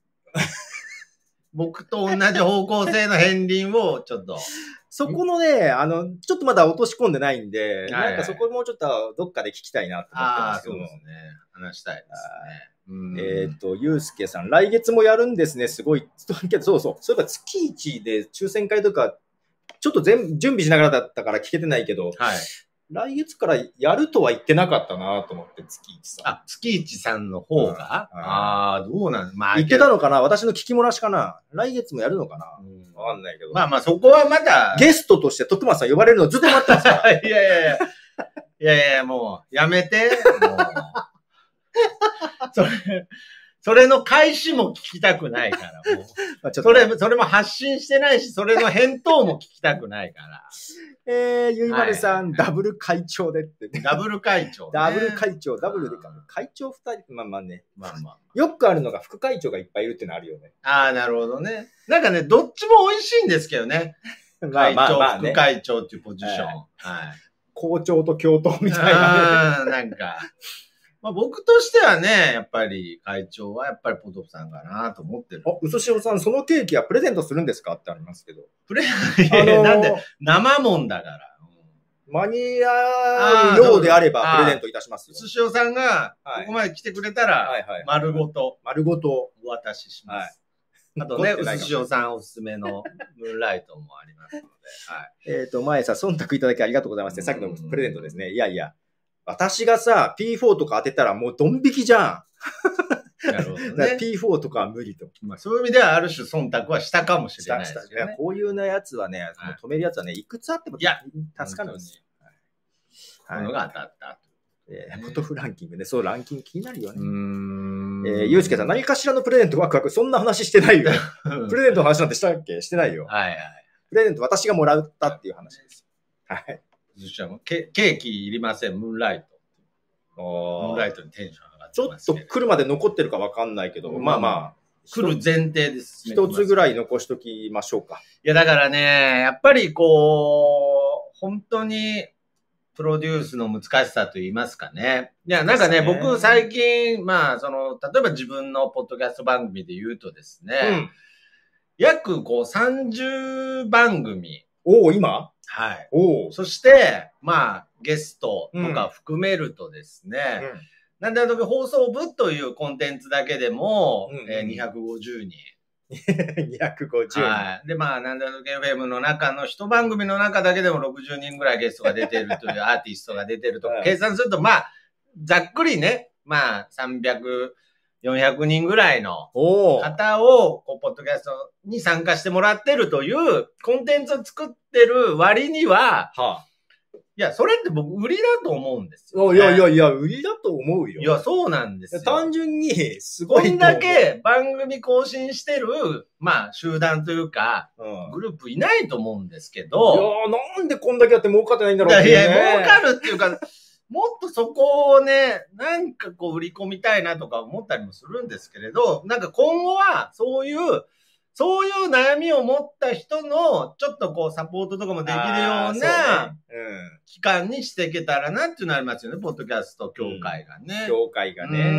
僕と同じ方向性の片鱗をちょっと。 そこのね、あの、ちょっとまだ落とし込んでないんで、はいはい、なんかそこもうちょっとどっかで聞きたいなと思ってますけど。 そうですね。話したいですね。 うん、えっと、ゆうすけさん、来月もやるんですね。すごい。そうそう。そういえば月一で抽選会とか、ちょっと全準備しながらだったから聞けてないけど、 はい、 来月からやるとは言ってなかったなと思って、月一さん。 あ、月一さんの方が、うん、ああ、どうなんまあ、 言ってたのかな私の聞き漏らしかな来月もやるのかなわかんないけど。 まあまあ、そこはまだ。 ゲストとして徳松さん呼ばれるのずっと待ってますから。 いやいやいや。いやいや、もう、やめて。もうそれ、 それの返しも聞きたくないから、もう。まあちょっとそれ、それも発信してないし、それの返答も聞きたくないから。 えー、ゆいまるさん、はい、ダブル会長でって、 ね。ダブル会長、ね。 ダブル会長、ダブルでか。会長二人、まあまあね。まあまあ、まあ。よくあるのが副会長がいっぱいいるってのあるよね。 ああ、なるほどね。なんかね、どっちも美味しいんですけどね。会長、まあまあまあね、副会長っていうポジション。はい。はい、 校長と教頭みたいな、 ね。なんか。まあ僕としてはね、やっぱり会長はやっぱりポトフさんかなと思ってる。 あ、うそしおさん、そのケーキはプレゼントするんですかってありますけど。 プレゼント、あのー、なんで、生もんだから。 間に合うようであればプレゼントいたしますよ。 うすしおさんがここまで来てくれたら、丸ごと、 丸ごとお渡しします。はい、あとね、うすしおさんおすすめのムーンライトもありますので。はい、 えっと、前さ、忖度いただきありがとうございます。さっきのプレゼントですね。いやいや。私がさ、ピーフォー とか当てたらもうドン引きじゃん。なるほどね。ピーフォー とかは無理と。 まあそういう意味ではある種忖度はしたかもしれないですね。 こういうなやつはね、はい、止めるやつはね、いくつあっても助かるんですよ。 このが当たった。 えー、ポトフランキングね。そう、ランキング気になるよね。うーん。えー、ゆうすけさん、何かしらのプレゼントワクワク、そんな話してないよ。プレゼントの話なんてしたっけしてないよ。 はいはい。 プレゼント私がもらったっていう話です。はい。 ケーキいりません、ムーンライト。ムーンライトにテンション上がってます。 ちょっと来るまで残ってるかわかんないけど、まあまあ。 来る前提です。 一つぐらい残しときましょうか。 いや、だからね、やっぱりこう、本当に、プロデュースの難しさと言いますかね。いや、なんかね、僕最近、まあ、その、例えば自分のポッドキャスト番組で言うとですね、うん、約こうさんじゅうばんぐみ。 おお、今はい。おお。そして、まあ、ゲストとか含めるとですね、うんうん、なんであの時放送部というコンテンツだけでも、うんうん、えー、にひゃくごじゅうにん。 にひゃくごじゅうにん。 はい。で、まあ、なんだの エフエム の中の一番組の中だけでもろくじゅうにんぐらいゲストが出てるというアーティストが出てると、計算すると、まあ、ざっくりね、まあ、さんびゃく、よんひゃくにんぐらいの方を、こう、ポッドキャストに参加してもらってるというコンテンツを作ってる割には、はあ、いや、それって僕、売りだと思うんですよ、 ね。いやいやいや、売りだと思うよ。 いや、そうなんですよ。 単純に、すごい。 こんだけ番組更新してる、まあ、集団というか、うん、グループいないと思うんですけど。 いやー、なんでこんだけやって儲かってないんだろうって、ね。 いやいや、儲かるっていうか、もっとそこをね、なんかこう、売り込みたいなとか思ったりもするんですけれど、なんか今後は、そういう、そういう悩みを持った人の、ちょっとこう、サポートとかもできるような、ね、うん、機関にしていけたらなっていうのありますよね、ポッドキャスト協会がね。 うん、協会がね。うん。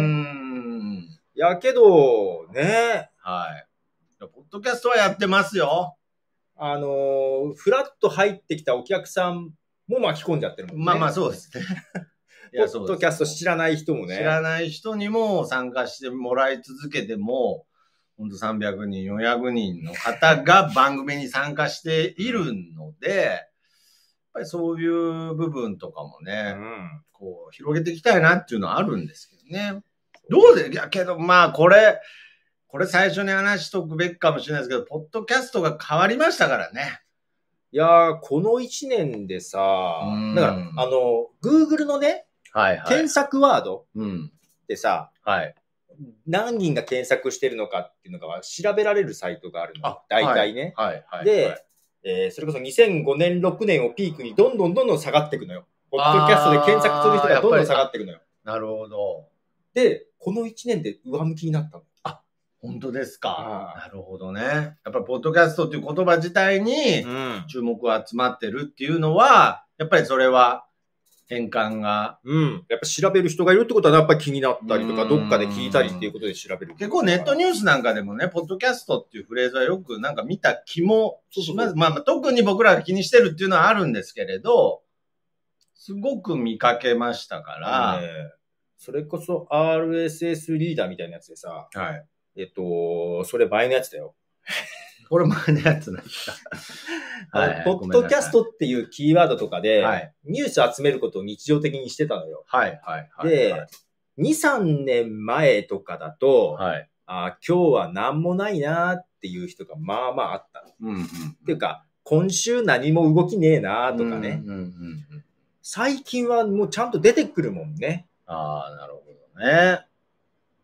いや、けど、ね。 はい。ポッドキャストはやってますよ。 あのー、フラッと入ってきたお客さんも巻き込んじゃってるもんね。 まあまあそうですね。 ポッドキャスト知らない人もね。 知らない人にも参加してもらい続けても、ほんとさんびゃくにん、よんひゃくにんの方が番組に参加しているので、やっぱりそういう部分とかもね、うん、こう広げていきたいなっていうのはあるんですけどね。どうで、いやけどまあこれ、これ最初に話しとくべきかもしれないですけど、ポッドキャストが変わりましたからね。 いやー、このいちねんでさ、だから、あの、Google のね、はいはい、検索ワードでさ、うん、はい、何人が検索してるのかっていうのが調べられるサイトがあるの。大体ね。はいはいはい、で、はいえー、それこそにせんごねん、ろくねんをピークにどんどんどんどん下がっていくのよ。ポッドキャストで検索する人がどんどん下がっていくのよ。 なるほど。 で、このいちねんで上向きになったの。 あ、本当ですか。なるほどね。やっぱりポッドキャストっていう言葉自体に注目が集まってるっていうのは、やっぱりそれは変換が。 うん。やっぱ調べる人がいるってことはやっぱり気になったりとか、どっかで聞いたりっていうことで調べる。 結構ネットニュースなんかでもね、ポッドキャストっていうフレーズはよくなんか見た気もします。まあ特に僕らが気にしてるっていうのはあるんですけれど、すごく見かけましたから。 ね、それこそ アールエスエス リーダーみたいなやつでさ、はい。えっと、それ前のやつだよ。 これ前のやつなんですか。 はい、ポッドキャストっていうキーワードとかで、はい、ニュース集めることを日常的にしてたのよ。はい、はい、はい。で、はい、に、さんねんまえとかだと、はい、あ今日は何もないなっていう人がまあまああったの。うんうん、っていうか、今週何も動きねえなとかね、うんうんうんうん。最近はもうちゃんと出てくるもんね。 ああ、なるほどね。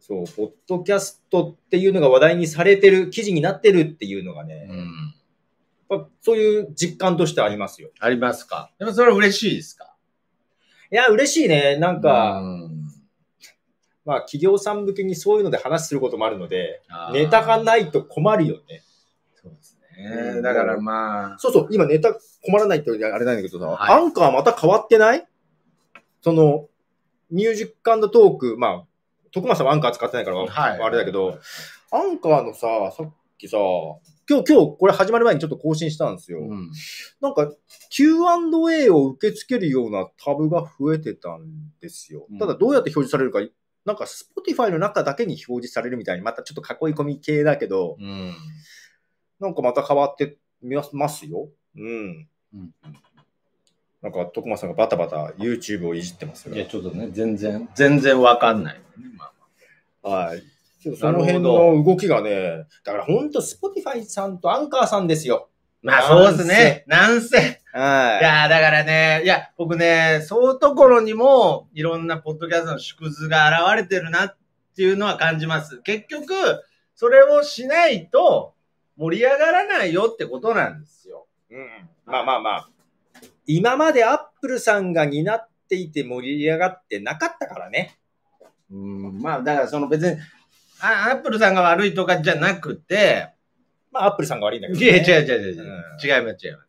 そう、ポッドキャストっていうのが話題にされてる、記事になってるっていうのがね、うん、そういう実感としてありますよ。 ありますか。でもそれは嬉しいですか。 いや、嬉しいね。なんか、うん、まあ、企業さん向けにそういうので話することもあるので、ネタがないと困るよね。 そうですね。だからまあ。 そうそう、今ネタ困らないってあれなんだけどさ、はい、アンカーまた変わってない？その、ミュージック&トーク、まあ、徳松さんはアンカー使ってないから、はい、あれだけど、アンカーのさ、さっきさ、今日、今日これ始まる前にちょっと更新したんですよ。うん、なんか キューアンドエー を受け付けるようなタブが増えてたんですよ。うん、ただどうやって表示されるか、なんか Spotify の中だけに表示されるみたいに、またちょっと囲い込み系だけど、うん、なんかまた変わってみますよ。うん。うんなんか、徳間さんがバタバタ YouTube をいじってますが。いや、ちょっとね、全然、全然わかんない、ね。まあ、はい。その辺の動きがね、だからほんと Spotify さんとアンカーさんですよ。 まあそうですね。なんせ。はい。いや、だからね、いや、僕ね、そういうところにも、いろんなポッドキャストの縮図が現れてるなっていうのは感じます。結局、それをしないと盛り上がらないよってことなんですよ。 うん。まあまあまあ。今までアップルさんが担っていて盛り上がってなかったからね。 うん、まあだからその別にアップルさんが悪いとかじゃなくて、 まあアップルさんが悪いんだけど、 ね。いや違う違う違う違う、うん、違います違います。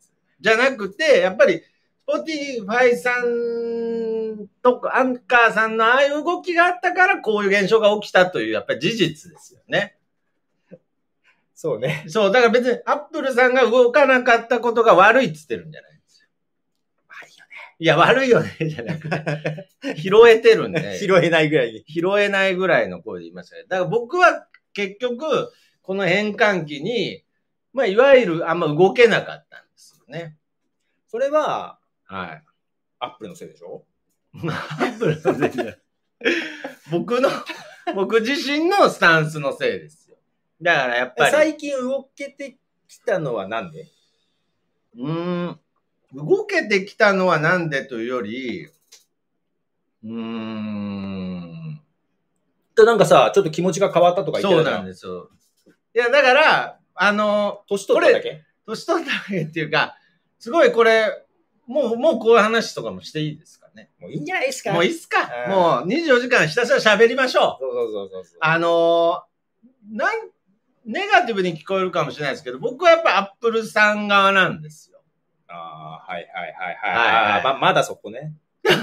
じゃなくてやっぱり Spotify さんとかアンカーさんのああいう動きがあったからこういう現象が起きたというやっぱり事実ですよね。 そうね。 そうだから別にアップルさんが動かなかったことが悪いっつってるんじゃない。いや、悪いよね、じゃなくて。拾えてるんで。 拾えないぐらいに。 拾えないぐらいの声で言いましたね。だから僕は結局、この変換器に、まあ、いわゆるあんま動けなかったんですよね。 それは、 はい。 アップルのせいでしょ？ アップルのせいじゃない。僕の、僕自身のスタンスのせいですよ。だからやっぱり。 最近動けてきたのはなんで？ うーん。動けてきたのはなんでというより、うーん。 なんかさ、ちょっと気持ちが変わったとか言ってたじゃん。そうなんですよ。いや、だから、あの、 年取っただけ？ 年取っただけっていうか、すごいこれ、もう、もうこういう話とかもしていいですかね。 もういいんじゃないですか。 もういいっすか。もうにじゅうよじかんひたすら喋りましょう。 そうそうそうそう。 あの、なん、ネガティブに聞こえるかもしれないですけど、僕はやっぱアップルさん側なんですよ。 ああ、はいはいはいはい。はいはい、ま、まだそこね。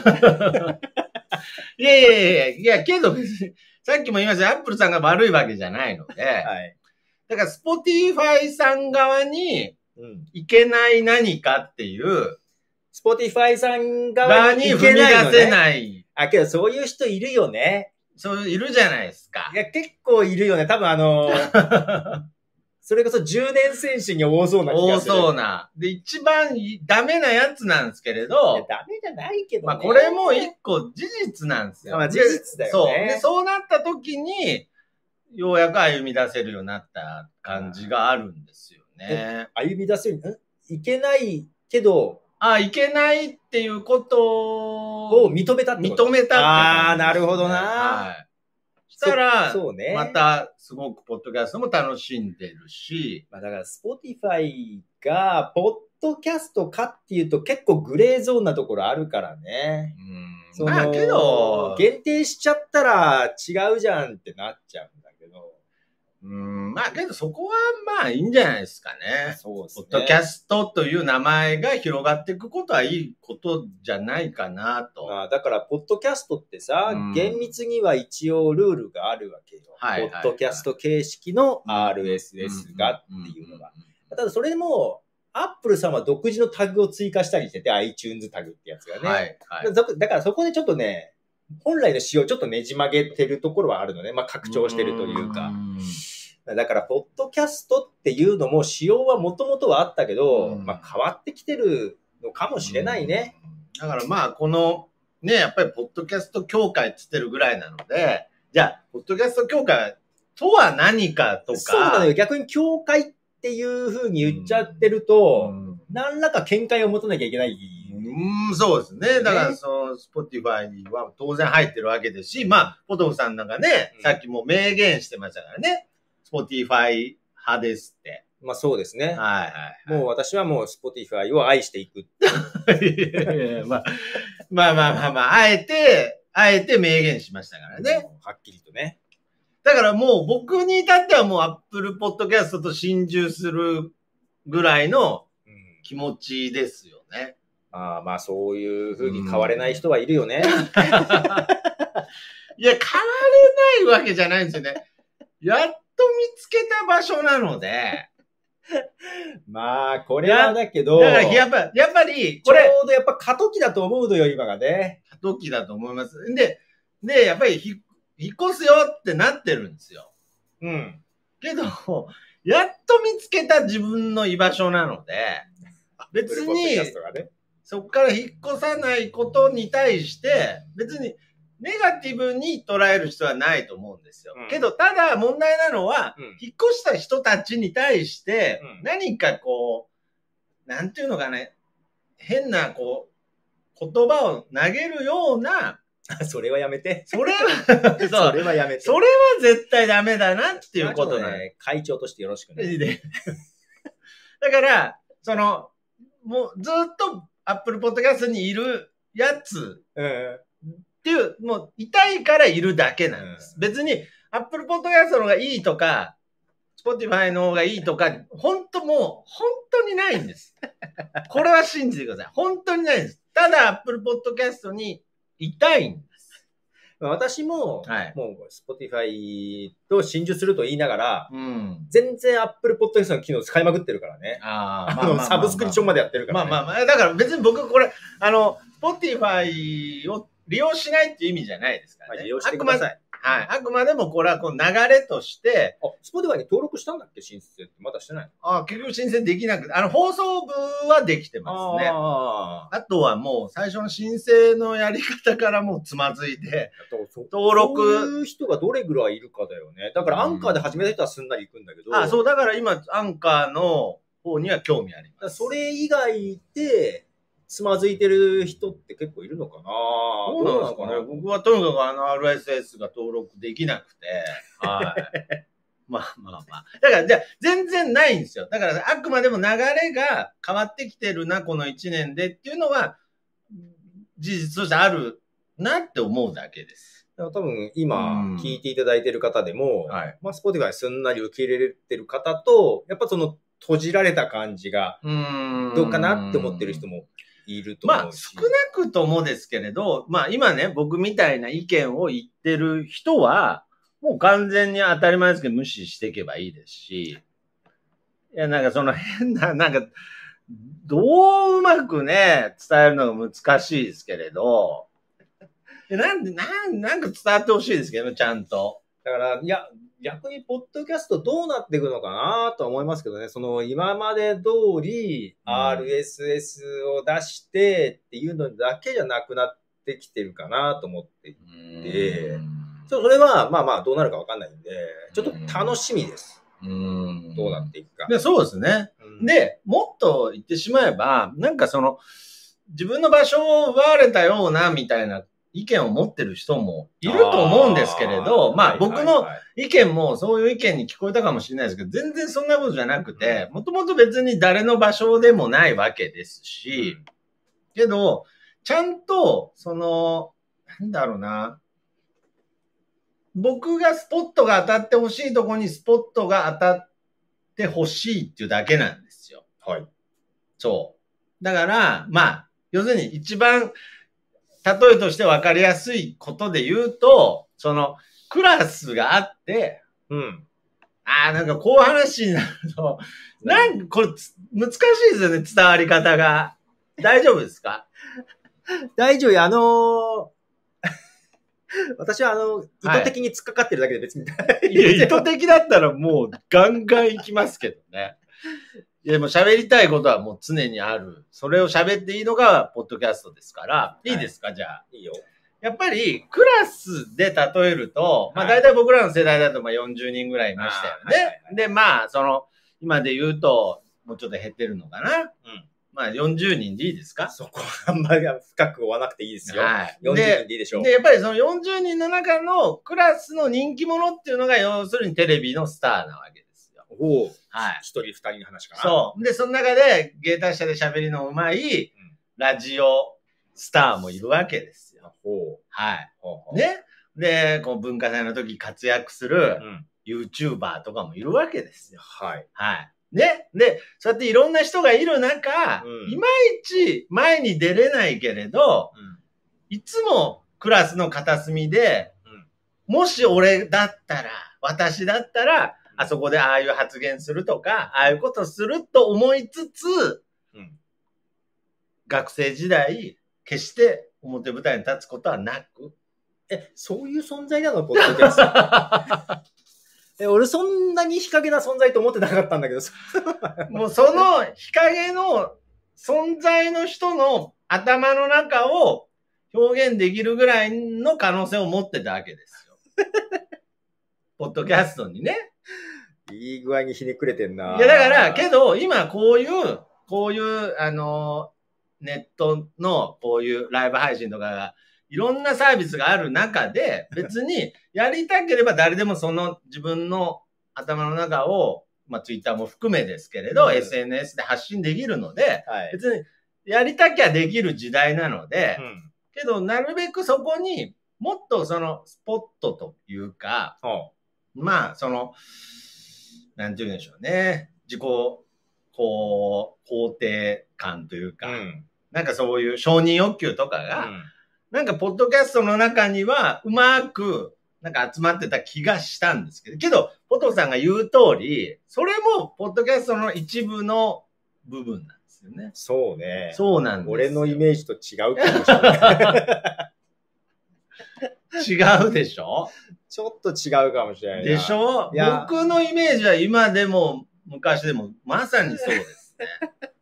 いやいやいやいや、けど別に、さっきも言いましたアップルさんが悪いわけじゃないので、はい、だから、スポティファイさん側に、いけない何かっていう、 スポティファイさん側に踏み出せない。 あ、けどそういう人いるよね。 そういるじゃないですか。 いや、結構いるよね。多分あのー、それこそじゅうねん選手に多そうな気がする。 多そうな。で、一番ダメなやつなんですけれど。 いや、ダメじゃないけどね。 まあ、これも一個事実なんですよ。 まあ、事実だよね。 そう。で、そうなった時に、ようやく歩み出せるようになった感じがあるんですよね。 歩み出せる、んいけないけど、 あ、いけないっていうことを認めたってこと。 認めたって、ね。 ああ、なるほどな。 はい。したら、 そ、そうね、 またすごくポッドキャストも楽しんでるし。 まあだから、Spotify が、ポッドキャストかっていうと結構グレーゾーンなところあるからね。 うん。まあけど、 限定しちゃったら違うじゃんってなっちゃうんだけど。 うん、まあけどそこはまあいいんじゃないですかね。 そうですね。 ポッドキャストという名前が広がっていくことはいいことじゃないかなと。 まあだから、ポッドキャストってさ、うん、厳密には一応ルールがあるわけよ。はいはいはい、ポッドキャスト形式の アールエスエス がっていうのが。ただそれも、アップルさんは独自のタグを追加したりしてて、iTunes タグってやつがね。はいはい、だ, だからそこでちょっとね、本来の仕様ちょっとねじ曲げてるところはあるのね。まあ拡張してるというか。うだから、ポッドキャストっていうのも仕様はもともとはあったけど、まあ変わってきてるのかもしれないね。 だからまあこの、ね、やっぱりポッドキャスト協会って言ってるぐらいなので、じゃあ、ポッドキャスト協会とは何かとか。 そうなのよ。逆に協会っていう風に言っちゃってると、うん、何らか見解を持たなきゃいけない。 うん、そうですね。だから、そう、Spotify は当然入ってるわけですし、まあ、ポトフさんなんかね、うん、さっきもう明言してましたからね。Spotify 派ですって。 まあそうですね。はいはい、はい。 もう私はもう Spotify を愛していく。 まあ、まあまあまあまあ、あえて、あえて明言しましたからね。 はっきりとね。 だからもう僕に至ってはもう Apple Podcast と心中するぐらいの気持ちですよね。 うん、ああまあそういう風に変われない人はいるよね。いや、変われないわけじゃないんですよね。やっと見つけた場所なので。 まあ、これはだけど、 だからやっぱ、やっぱり、これ。 ちょうどやっぱ過渡期だと思うのよ、今がね。 過渡期だと思います。で、で、やっぱりひ引っ越すよってなってるんですよ。 うん。 けど、やっと見つけた自分の居場所なので、別に、ね、そこから引っ越さないことに対して、別にネガティブに捉える必要はないと思うんですよ。うん、けど、ただ問題なのは、うん、引っ越した人たちに対して、何かこう、なんていうのかね、変なこう、言葉を投げるような、 それはやめて。 それは、そう。 それはやめて。 それは絶対ダメだなっていうことなの。 ね、会長としてよろしくね。 だから、その、もうずっと Apple Podcast にいるやつっていう、もういたいからいるだけなんです。うん、別に Apple Podcast の方がいいとか、Spotify の方がいいとか、本当もう、本当にないんです。これは信じてください。本当にないんです。ただ Apple Podcast にいたいんです。 私も、はい、もう Spotify と心中すると言いながら、うん、全然 Apple Podcast の機能使いまくってるからね。ああ、まあまあまあまあ、サブスクリプションまでやってるから、ね。 まあまあまあ、だから別に僕これ、あの、Spotify を利用しないっていう意味じゃないですからね。まあ、 利用してください。 はい。あくまでもこれはこう流れとして、 あ、Spotify に登録したんだっけ申請ってまだしてないの？ あ、結局申請できなくて、あの放送部はできてますね。あ, あとはもう最初の申請のやり方からもうつまずいて、登録。 そういう人がどれぐらいいるかだよね。だからアンカーで始めた人はすんなり行くんだけど。 うん、あ、そう、だから今アンカーの方には興味あります。 それ以外で、つまずいてる人って結構いるのかな？ どうなのかね。僕はとにかくあの アールエスエス が登録できなくて。はい。まあまあまあ。だからじゃあ全然ないんですよ。だからあくまでも流れが変わってきてるな、このいちねんでっていうのは事実としてあるなって思うだけです。 多分今聞いていただいてる方でも、はい、まあ Spotify すんなり受け入れてる方と、やっぱその閉じられた感じがどうかなって思ってる人もいると思うし。 まあ、少なくともですけれど、まあ今ね、僕みたいな意見を言ってる人は、もう完全に当たり前ですけど無視していけばいいですし、いや、なんかその変な、なんか、どううまくね、伝えるのが難しいですけれど、なんで、なん、なんか伝わってほしいですけど、ちゃんと。 だから、いや、逆にポッドキャストどうなっていくのかなと思いますけどね。その今まで通り アールエスエス を出してっていうのだけじゃなくなってきてるかなと思っていて、それはまあまあどうなるかわかんないんで、ちょっと楽しみです。うん、どうなっていくか。 で、そうですね、うん。で、もっと言ってしまえば、なんかその自分の場所を奪われたようなみたいな意見を持ってる人もいると思うんですけれど、まあ僕の意見もそういう意見に聞こえたかもしれないですけど、全然そんなことじゃなくて、もともと別に誰の場所でもないわけですし、けど、ちゃんと、その、なんだろうな、僕がスポットが当たってほしいところにスポットが当たってほしいっていうだけなんですよ。はい。そう。だから、まあ、要するに一番、例えとして分かりやすいことで言うと、その、クラスがあって、うん。ああ、なんかこう話になると、なんかこれ難しいですよね、伝わり方が。大丈夫ですか？ 大丈夫や、あのー、私はあの、意図的に突っかかってるだけで別に、はい。いや、意図的だったらもうガンガン行きますけどね。いや、もう喋りたいことはもう常にある。それを喋っていいのがポッドキャストですから。いいですか、はい、じゃあ。いいよ。やっぱりクラスで例えると、まあ大体僕らの世代だとまあよんじゅうにんぐらいいましたよね。はいはいはい、で、まあその、今で言うと、もうちょっと減ってるのかな。うん。 まあよんじゅうにんでいいですか？ そこはあんまり深く追わなくていいですよ。はい。よんじゅうにんでいいでしょう。 で、やっぱりそのよんじゅうにんの中のクラスの人気者っていうのが、要するにテレビのスターなわけですよ。 おはい。一人二人の話かな。 そう。で、その中で芸達者で喋りのうまい、ラジオスターもいるわけですよ。 ほう。 はい。ほうほうね。で、こう文化祭の時活躍する、うん、YouTuber とかもいるわけですよ。 はい。 はい。ね。で、そうやっていろんな人がいる中、うん、いまいち前に出れないけれど、うん、いつもクラスの片隅で、うん、もし俺だったら、私だったら、うん、あそこでああいう発言するとか、ああいうことすると思いつつ、うん、学生時代、決して表舞台に立つことはなく、 え、そういう存在なのポッドキャスト。え、俺そんなに日陰な存在と思ってなかったんだけど。 もうその日陰の存在の人の頭の中を表現できるぐらいの可能性を持ってたわけですよ。ポッドキャストにね。 いい具合にひねくれてんな。 いやだから、けど今こういう、こういう、あの、ネットのこういうライブ配信とかが、いろんなサービスがある中で、別にやりたければ誰でもその自分の頭の中を、まあツイッターも含めですけれど、うん、エスエヌエス で発信できるので、はい、別にやりたきゃできる時代なので、うん、けどなるべくそこにもっとそのスポットというか、うん、まあその、なんて言うんでしょうね、自己、こう、肯定感というか、うん、なんかそういう承認欲求とかが、うんなんか、ポッドキャストの中には、うまく、なんか集まってた気がしたんですけど、けど、ポトフさんが言う通り、それも、ポッドキャストの一部の部分なんですよね。 そうね。 そうなんです。 俺のイメージと違うかもしれない。 違うでしょ？ ちょっと違うかもしれないな。 でしょ？僕のイメージは今でも、昔でも、まさにそうですね。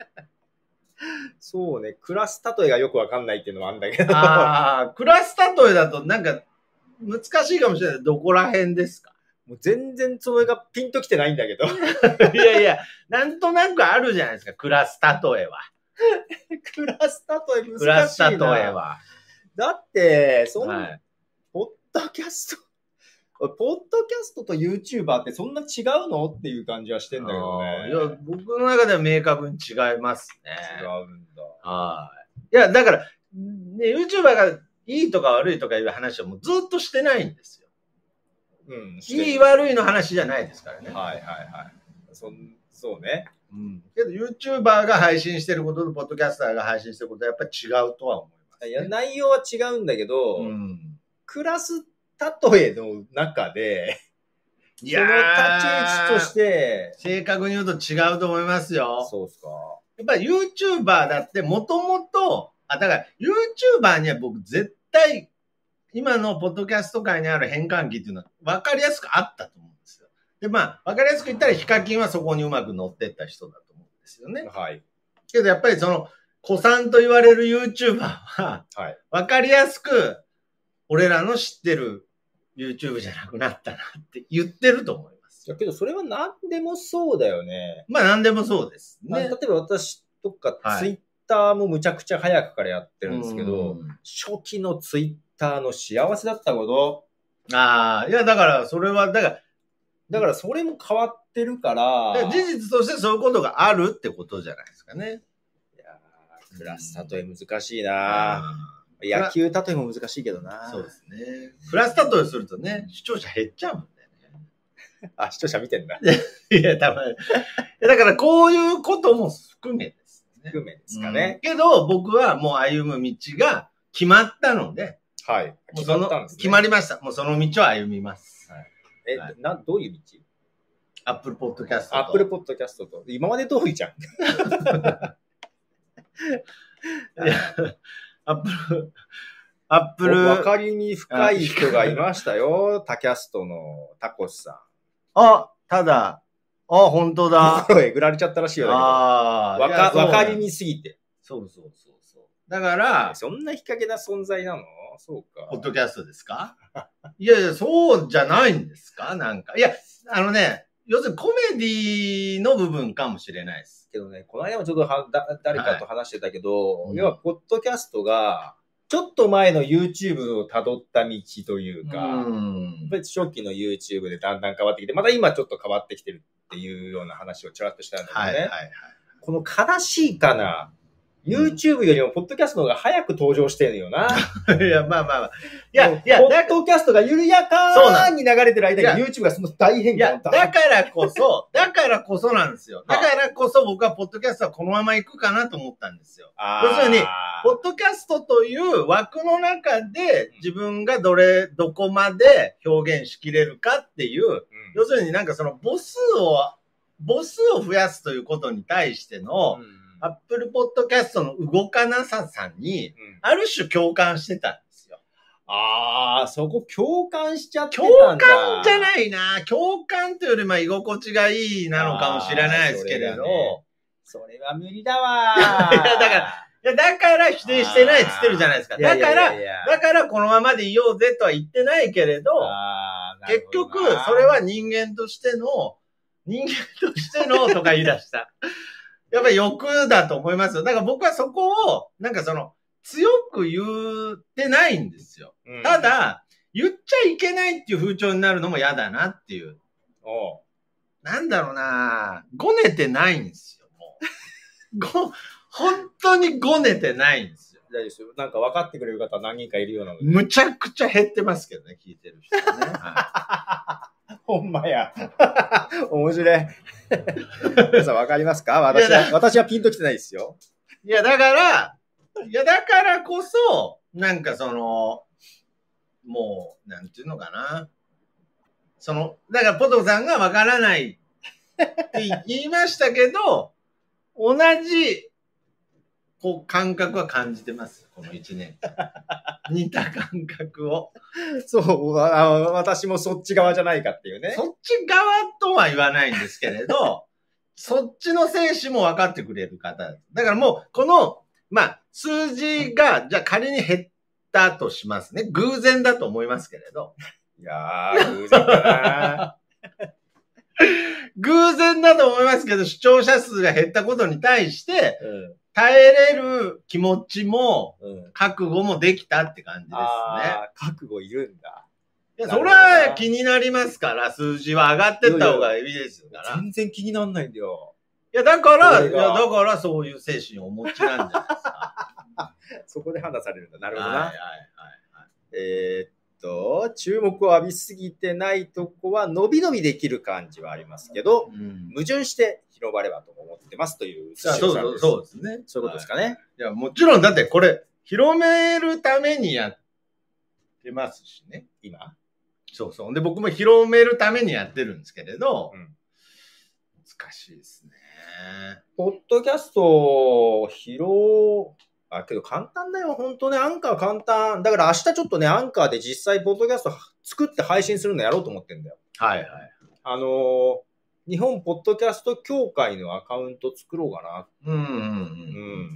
そうね。クラス例えがよくわかんないっていうのもあるんだけど。 ああ、クラス例えだとなんか難しいかもしれない。どこら辺ですか？ もう全然それがピンときてないんだけど。 いやいや、なんとなくあるじゃないですか。クラス例えは。 クラス例え難しいな。 クラス例えは。 だって、そんな、はい、ポッドキャスト、ポッドキャストと YouTuber ってそんな違うのっていう感じはしてんだけどね。 いや、僕の中では明確に違いますね。 違うんだ。 はい。いや、だから、ね、YouTuber がいいとか悪いとかいう話はもうずっとしてないんですよ。うん。いい悪いの話じゃないですからね。 はいはいはい。そ、そうね。 うん。けど YouTuber が配信してることと、ポッドキャスターが配信してることはやっぱり違うとは思います、ね。 いや、内容は違うんだけど、うん、クラス例えの中で、その立ち位置として、 正確に言うと違うと思いますよ。 そうっすか。 やっぱり YouTuber だってもともと、あ、だから YouTuber には僕絶対、今のポッドキャスト界にある変換器っていうのは分かりやすくあったと思うんですよ。で、まあ、分かりやすく言ったらヒカキンはそこにうまく乗ってった人だと思うんですよね。 はい。 けどやっぱりその、古参と言われる YouTuber は、はい、分かりやすく、俺らの知ってるYouTube じゃなくなったなって言ってると思います。 いやけどそれは何でもそうだよね。 まあ何でもそうですね。 例えば私とか Twitter もむちゃくちゃ早くからやってるんですけど、初期の Twitter の幸せだったこと。 ああ、いやだからそれは、だから、 だからそれも変わってるから。 から事実としてそういうことがあるってことじゃないですかね。 いやー、クラス例え難しいな野球例えも難しいけどな。 そうですね。クラス例えするとね、視聴者減っちゃうんだよね。あ、視聴者見てんだ。 いや、多分。だからこういうことも含めですね。 含めですかね。 うん、けど、僕はもう歩む道が決まったので、 はい。決まったんですね。 決まりました。もうその道を歩みます。はい、 え、はい、な、どういう道？ アップルポッドキャストと。 アップルポッドキャストと。今まで通りじゃん。 いやアップル、アップル。 わかりに深い人がいましたよ。タキャストのタコスさん。 あ、ただ、あ、本当だ。 心えぐられちゃったらしいよね。ああ。わか、わかりにすぎて。 そうそうそうそう。だから、 そんな日陰な存在なの？そうか。 ポッドキャストですか？いやいや、そうじゃないんですか？なんか。いや、あのね、 要するにコメディの部分かもしれないです。 けどね、この間もちょっとはだ誰かと話してたけど、 はい、 要は、ポッドキャストが、ちょっと前の YouTube を辿った道というか、うん、やっぱり初期の YouTube でだんだん変わってきて、また今ちょっと変わってきてるっていうような話をちらっとしたんだけどね。はいはいはい、この悲しいかな。YouTube よりもポッドキャストの方が早く登場してるよな。 いや、まあまあまあ。いや、いや、 ポッドキャストが緩やかに流れてる間に YouTube がその大変化を。 いや、だからこそ、だからこそなんですよ。だからこそ僕はポッドキャストはこのまま行くかなと思ったんですよ。要するに、ポッドキャストという枠の中で自分がどれ、どこまで表現しきれるかっていう、うん、要するになんかその母数を、母数を増やすということに対しての、うん、アップルポッドキャストの動かなささに、ある種共感してたんですよ。 ああ、そこ共感しちゃってたんだ。共感じゃないな。共感というよりまあ居心地がいいなのかもしれないですけれど。 それは無理だわー。いや、だから、いや、だから否定してないって言ってるじゃないですか。だから、だからこのままでいようぜとは言ってないけれど、結局、それは人間としての、人間としてのとか言い出した。やっぱり欲だと思いますよ。だから僕はそこを、なんかその、強く言ってないんですよ。うん、ただ、言っちゃいけないっていう風潮になるのも嫌だなっていう。おうなんだろうなごねてないんですよ、もう。ご、本当にごねてないんですよ。 大丈夫ですよ。なんか分かってくれる方何人かいるようなので。 むちゃくちゃ減ってますけどね、聞いてる人ね。 はい、ほんまや。面白い。皆さん分かりますか？私は、私はピンときてないですよ。 いや、だから、いや、だからこそ、なんかその、もう、なんていうのかな。その、だからポトさんが分からないって言いましたけど、同じ、こう、感覚は感じてます。この一年。似た感覚を。 そう、あの、私もそっち側じゃないかっていうね。 そっち側とは言わないんですけれど、そっちの選手も分かってくれる方。だからもう、この、まあ、数字が、じゃあ仮に減ったとしますね。偶然だと思いますけれど。 いやー、偶然だな偶然だと思いますけど、視聴者数が減ったことに対して、うん、耐えれる気持ちも、うん、覚悟もできたって感じですね。あー、覚悟いるんだ。 いや、それは気になりますから、数字は上がってった方がいいですから。 全然気にならないんだよ。 いや、だから、いや、だからそういう精神をお持ちなんじゃないですか。 そこで判断されるんだ。なるほどな。はいはいはい、はい。えー、っと、注目を浴びすぎてないとこは、伸び伸びできる感じはありますけど、うん、矛盾して広まればと思ってますという。 そうそうそうですね。 そういうことですかね。はい、 いや、もちろん、だってこれ、広めるためにやってますしね、今。そうそう。で、僕も広めるためにやってるんですけれど、うん、難しいですね。 ポッドキャスト、広、あ、けど簡単だよ、本当ね。アンカー簡単。だから明日ちょっとね、アンカーで実際、ポッドキャスト作って配信するのやろうと思ってんだよ。 はいはい。 あのー、日本ポッドキャスト協会のアカウント作ろうかな。 うんうんうん。うん、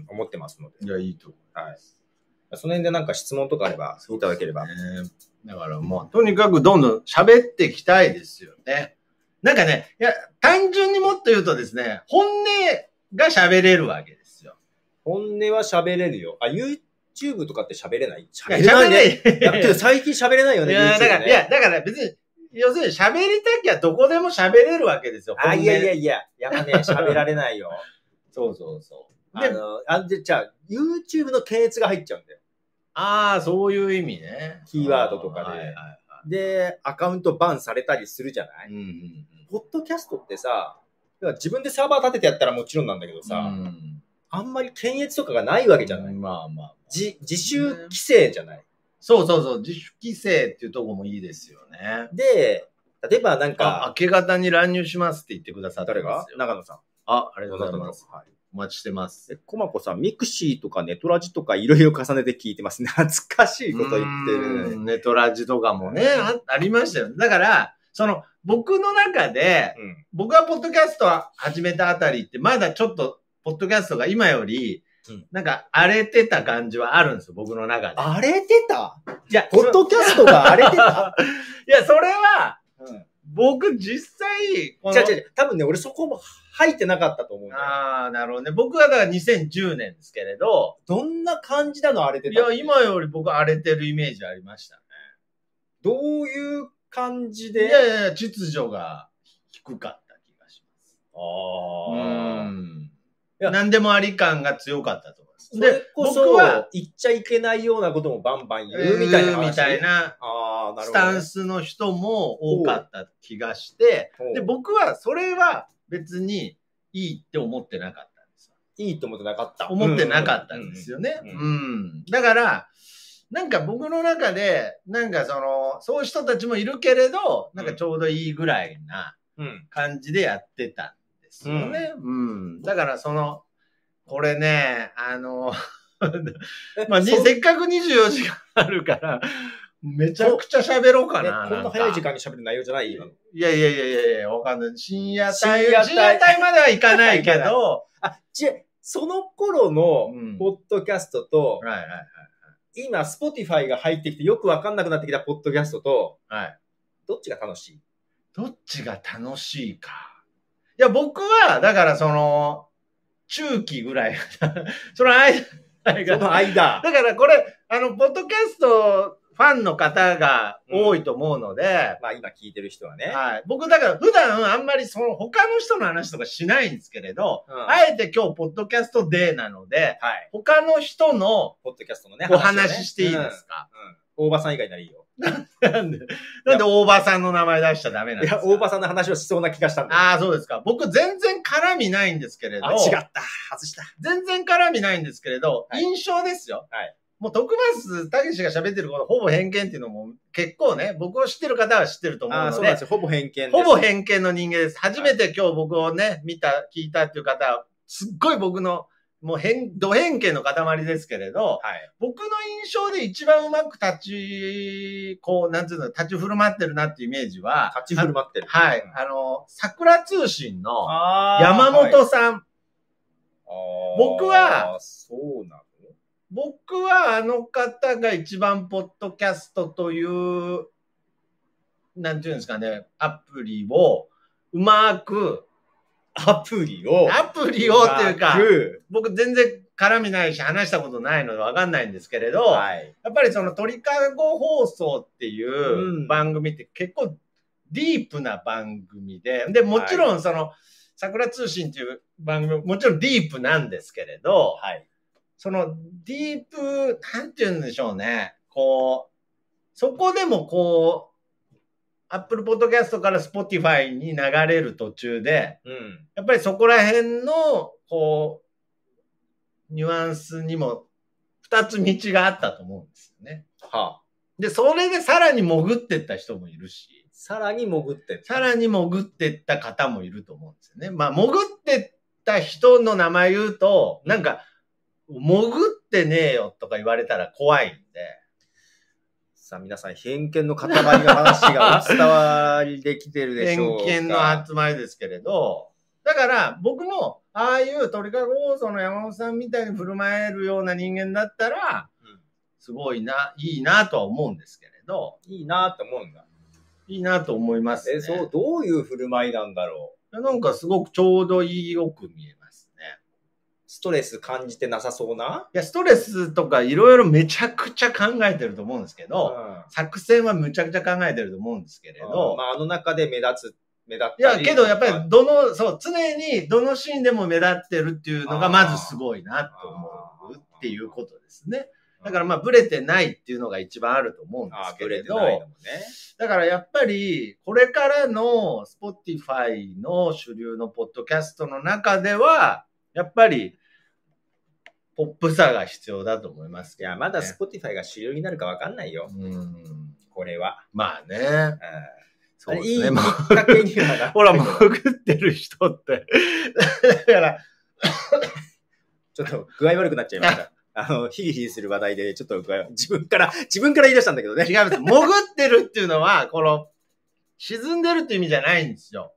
思ってますので。 いや、いいと思う。はい。その辺でなんか質問とかあれば、いただければ。 ね、だからもう、とにかくどんどん喋っていきたいですよね。なんかね、いや、単純にもっと言うとですね、本音が喋れるわけですよ。 本音は喋れるよ。あ、YouTube とかって喋れない喋れないね。 いや、けど最近喋れないよね。 いや、だから、ね、いや、だから別に、要するに喋りたきゃどこでも喋れるわけですよ。 あ、いやいやいや、やばね、喋られないよ。 そうそうそう。 で、あの、あでじゃあ、YouTube の検閲が入っちゃうんだよ。 ああ、そういう意味ね。 キーワードとかで。はいはいはい、で、アカウントバンされたりするじゃない、うんうんうん、ポッドキャストってさ、自分でサーバー立ててやったらもちろんなんだけどさ、うん、あんまり検閲とかがないわけじゃない、うん、 まあまあ。 自、自主規制じゃない、ね、 そうそうそう、自主規制っていうところもいいですよね。 で、例えばなんか。 明け方に乱入しますって言ってくださってますよ。 誰が長野さん。 あ、ありがとうございます。はい。お待ちしてます。 え、コマコさん、ミクシーとかネトラジとかいろいろ重ねて聞いてます。懐かしいこと言ってる、 ね。ネトラジとかもね、あ、ありましたよ。だから、その、僕の中で、うん、僕がポッドキャスト始めたあたりって、まだちょっと、ポッドキャストが今より、うん、なんか、荒れてた感じはあるんですよ、僕の中で。 荒れてたいや、ポッドキャストが荒れてたいや、それは、うん、 僕実際、 この。違う違う、多分ね、俺そこも入ってなかったと思うんだよ。 ああ、なるほどね。僕はだからにせんじゅうねんですけれど。 どんな感じなの荒れてた？ いや、今より僕荒れてるイメージありましたね。 どういう感じで？ いやいやいや、秩序が低かった気がします。 ああ。 うん。何でもあり感が強かったと思います。 で、僕は言っちゃいけないようなこともバンバン言うみたいな話。 みたいなスタンスの人も多かった気がして、で、僕はそれは別にいいって思ってなかったんですよ。 いいと思ってなかった。 思ってなかったんですよね。うん。だから、なんか僕の中で、なんかその、そういう人たちもいるけれど、なんかちょうどいいぐらいな感じでやってたんですよね。うん。うん、だからその、これね、あの、まあ、せっかくにじゅうよじかんあるから、めちゃくちゃ喋ろうかな。 こんな早い時間に喋る内容じゃないよ。 いやいやいやいやいや、わかんない。深夜帯、深夜帯まではいかないけど、 あ、ちその頃のポッドキャストと、 はいはいはい。 今、Spotify が入ってきてよくわかんなくなってきたポッドキャストと、 はい。 どっちが楽しい？ どっちが楽しいか。いや、僕は、だからその、中期ぐらい。その間。 その間。 だからこれ、あの、ポッドキャストファンの方が多いと思うので、うん、 まあ今聞いてる人はね。 はい。僕だから普段あんまりその他の人の話とかしないんですけれど、うん、あえて今日ポッドキャストデーなので、はい、他の人のポッドキャストのね、 お話ししていいですか？ うんうん、大場さん以外ならいいよ。 なんで、なんで大場さんの名前出しちゃダメなんですか？ いや、大場さんの話をしそうな気がしたんだ。 ああ、そうですか。僕全然絡みないんですけれど。 あ、違った。外した。 全然絡みないんですけれど、はい、印象ですよ。 はい。 もう徳松たけしが喋ってることほぼ偏見っていうのも結構ね、僕を知ってる方は知ってると思うので。あ、 そうなんですよ。ほぼ偏見です。 ほぼ偏見の人間です。初めて今日僕をね、見た、聞いたっていう方は、すっごい僕のもう変、ド偏見の塊ですけれど、はい、僕の印象で一番うまく立ち、こう、なんていうの、立ち振る舞ってるなっていうイメージは、 立ち振る舞ってる。 はい。あの、桜通信の山本さん。はい、僕は、 そうなの？ 僕はあの方が一番ポッドキャストという、なんていうんですかね、アプリをうまく、 アプリをアプリをっていうか、僕全然絡みないし話したことないのでわかんないんですけれど、はい、やっぱりその鳥かご放送っていう番組って結構ディープな番組で、で、もちろんその、桜通信っていう番組もちろんディープなんですけれど、はい、そのディープ、なんて言うんでしょうね、こう、そこでもこう、Apple Podcast から Spotify に流れる途中で、うん、やっぱりそこら辺の、こう、ニュアンスにも二つ道があったと思うんですよね。はあ、で、それでさらに潜ってった人もいるし、 さらに潜ってった。 さらに潜ってった方もいると思うんですよね。まあ、潜ってった人の名前言うと、なんか、潜ってねえよとか言われたら怖いんで、 さあ皆さん偏見の塊の話がお伝わりできてるでしょうか。 偏見の集まりですけれど、だから僕もああいう鳥かご放送の山本さんみたいに振る舞えるような人間だったら、うん、すごいな、いいなとは思うんですけれど。 いいなって思うんだ。 いいなと思いますね。 え、そう、どういう振る舞いなんだろう。なんかすごくちょうどいいよく見えますね。 ストレス感じてなさそうな？ いや、ストレスとかいろいろめちゃくちゃ考えてると思うんですけど、うん、作戦はむちゃくちゃ考えてると思うんですけれど。 うん、まあ、あの中で目立つ、目立ったり。いや、けどやっぱりどの、そう、常にどのシーンでも目立ってるっていうのがまずすごいなと思うっていうことですね。だからまあ、ブレてないっていうのが一番あると思うんですけれど。 あ、ブレてないのもね。 だからやっぱり、これからの Spotify の主流のポッドキャストの中では、やっぱり、ポップさが必要だと思いますけど、ね。 いや、まだ Spotify が主流になるかわかんないよ。うん。これは。 まあね。うん、 そうですね。いいきっかけにはなほら、潜ってる人って。だから、 ちょっと具合悪くなっちゃいました。あの、ヒリヒリする話題で、ちょっと自分から、自分から言い出したんだけどね。 違います。潜ってるっていうのは、この、沈んでるっていう意味じゃないんですよ。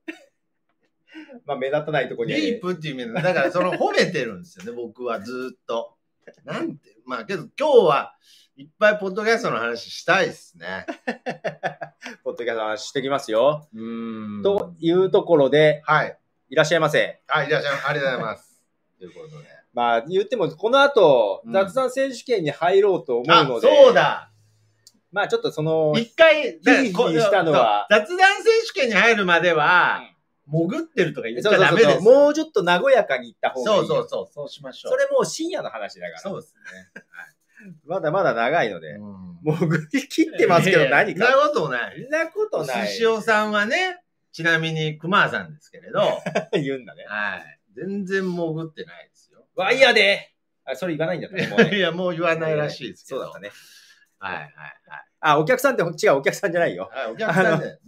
まあ、目立たないところに。 ディープっていう意味だ。だから、その、褒めてるんですよね、僕はずっと。 なんて、まあけど今日はいっぱいポッドキャストの話したいですね。 ポッドキャストの話してきますよ。 うーん。 というところで、 はい。 いらっしゃいませ。 はい、いらっしゃいませ。ありがとうございます。ということで。 まあ言っても、この後、うん、雑談選手権に入ろうと思うので。 そうだ。 まあちょっとその、 一回、 ヒリヒリしたのは、 雑談選手権に入るまでは、うん、潜ってるとか言っちゃダメです。そうそうそう。もうちょっと和やかに行った方がいい。 そうそうそう。そうしましょう。 それもう深夜の話だから。 そうですね。 はい、まだまだ長いので。うん、潜り切ってますけど何か。 そんなことない。 そんなことない。 寿司おさんはね、ちなみに熊さんですけれど。 言うんだね。 はい。全然潜ってないですよ。 わ、いやであ、それ言わないんだったらもう、ね。 いや、もう言わないらしいですけど。 そうだったね。 はいはいはい。 あ、お客さんって違う、お客さんじゃないよ。 はい、お客さんだよね。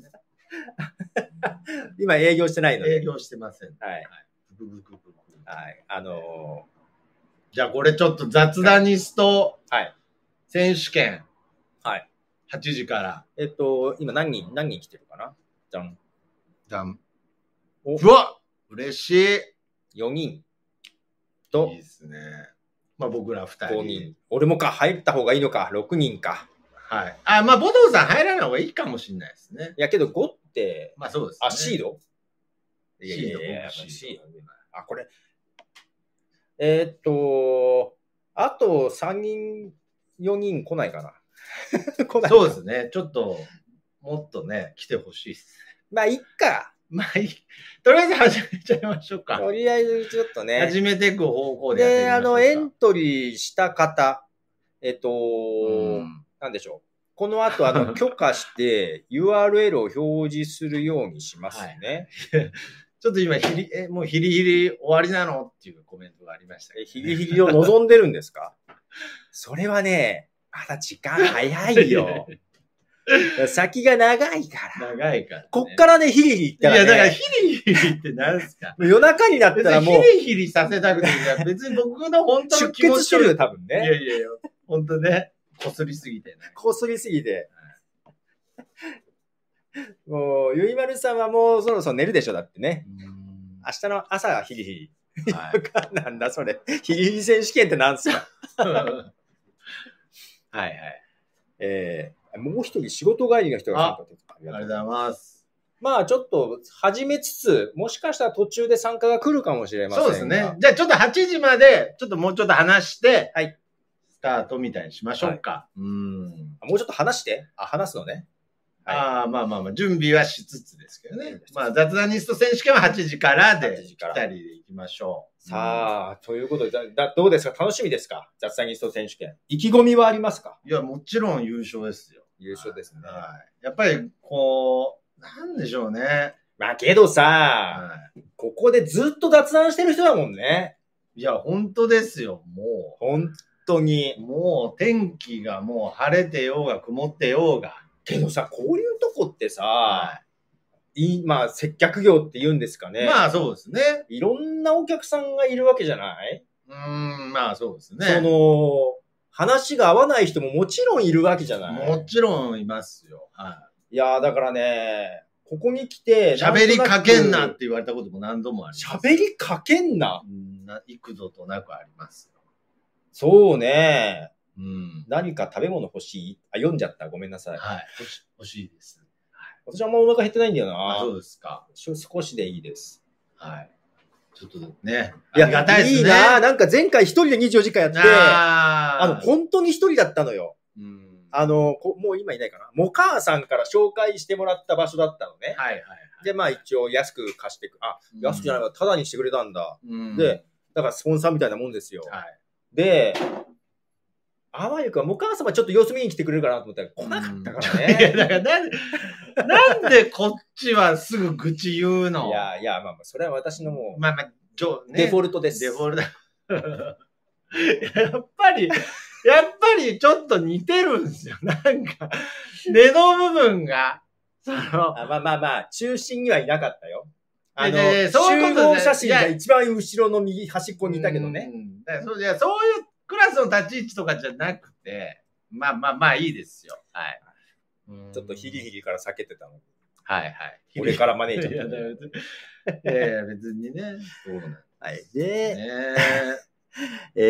今営業してないので。 営業してません。 はい。はい。はい。あのー、 じゃあこれちょっと雑談ニスト選手権。 はい。 はちじから。 えっと、今何人、何人来てるかな？じゃん。 じゃん。うわ！嬉しい。 よにん。と。 いいですね。まあ僕らふたり。 ごにん。俺もか、入った方がいいのか、ろくにんか。 はい。あ、まあ、ボトルさん入らない方がいいかもしれないですね。 いや、けどごって、 まあそうです、ね。 あ、シードいやいやいやいや、 シード。あ、これ。えー、っと、あとさんにん、よにん来ないかな。 来ないかそうですね。ちょっと、もっとね、来てほしいです。 まあ、いっか。 まあいい。とりあえず始めちゃいましょうか。 とりあえずちょっとね。 始めていく方向でやっていきましょうか。 で、あの、エントリーした方、えっと、なんでしょう。この後、あの、許可して、ユーアールエル を表示するようにしますね。 はい、ちょっと今、ひり、え、もうヒリヒリ終わりなのっていうコメントがありました、ね。 え、ヒリヒリを望んでるんですか？それはね、まだ時間早いよ。先が長いから。 長いから、ね。 こっからね、ヒリヒリったら、ね。 いや、だからヒリヒリって何すか？ 夜中になったらもう。 ヒリヒリさせたくて、別に僕の本当の気持ち。 出血してるよ、多分ね。 いやいやいや、本当ね。こすりすぎてね。 こすりすぎて。もう、ゆいまるさんはもうそろそろ寝るでしょ、だってね。明日の朝がヒリヒリ。はい、なんだそれ。ヒリヒリ選手権って何すか？ はいはい。 えー、もう一人仕事帰りの人が参加ってありがとうございます。 まあちょっと始めつつ、もしかしたら途中で参加が来るかもしれませんが。 そうですね。じゃあちょっとはちじまで、ちょっともうちょっと話して、 はい。 スタートみたいにしましょうか。はい、 うん。もうちょっと話して。あ、話すのね。 はい、ああ、まあまあまあ、準備はしつつですけどね。まあ、雑談ニスト選手権ははちじからで、ふたりで行きましょう。 さあ、ということで、だ、だどうですか？楽しみですか？雑談ニスト選手権。意気込みはありますか？ いや、もちろん優勝ですよ。 優勝ですね。 はい。やっぱり、こう、なんでしょうね。 まあけどさ、はい、ここでずっと雑談してる人だもんね。 いや、本当ですよ、もう。 本当に。 もう、天気がもう晴れてようが曇ってようが。 けどさ、こういうとこってさ、はい、いまあ、接客業って言うんですかね。 まあ、そうですね。 いろんなお客さんがいるわけじゃない？ うーん、まあ、そうですね。 その、話が合わない人ももちろんいるわけじゃない？ もちろんいますよ。はい。 いやー、だからね、ここに来て、 喋りかけんなって言われたことも何度もあります。 喋りかけんな？ うん、な幾度となくありますよ。 そうね。 うん、 何か食べ物欲しい？あ、読んじゃった。ごめんなさい。 はい。欲し、欲しいです。 はい、私はあんまお腹減ってないんだよな。 あ、そうですか。 少しでいいです。 はい。ちょっとね。 いや、ありがたいですね。いいな。なんか前回一人でにじゅうよじかんやって、あ, あの、本当に一人だったのよ。うん、あのこ、もう今いないかな。モカーさんから紹介してもらった場所だったのね。 はいはい、はい。 で、まあ一応安く貸してく、あ、うん、安くじゃないか、タダにしてくれたんだ。うん、で、だからスポンサーみたいなもんですよ。はい、で、あわゆくは、もう母様ちょっと様子見に来てくれるかなと思ったら来なかったからね。 いや、だからなんで、なんでこっちはすぐ愚痴言うの？ いや、いや、まあまあ、それは私のもう、 まあまあ、ね、 デフォルトです。 デフォルト。やっぱり、やっぱりちょっと似てるんですよ。なんか、根の部分が、その、 あまあまあまあ、中心にはいなかったよ。あの、 でそういうことで、集合写真が一番後ろの右端っこにいたけどね。 うん、だからそういや、そういうクラスの立ち位置とかじゃなくて、まあまあまあいいですよ。はい。 ちょっとヒリヒリから避けてたの。 はいはい。 俺から招いちゃった。 いやいや、別にね。そうなんはい。で、 ね、 えー、っ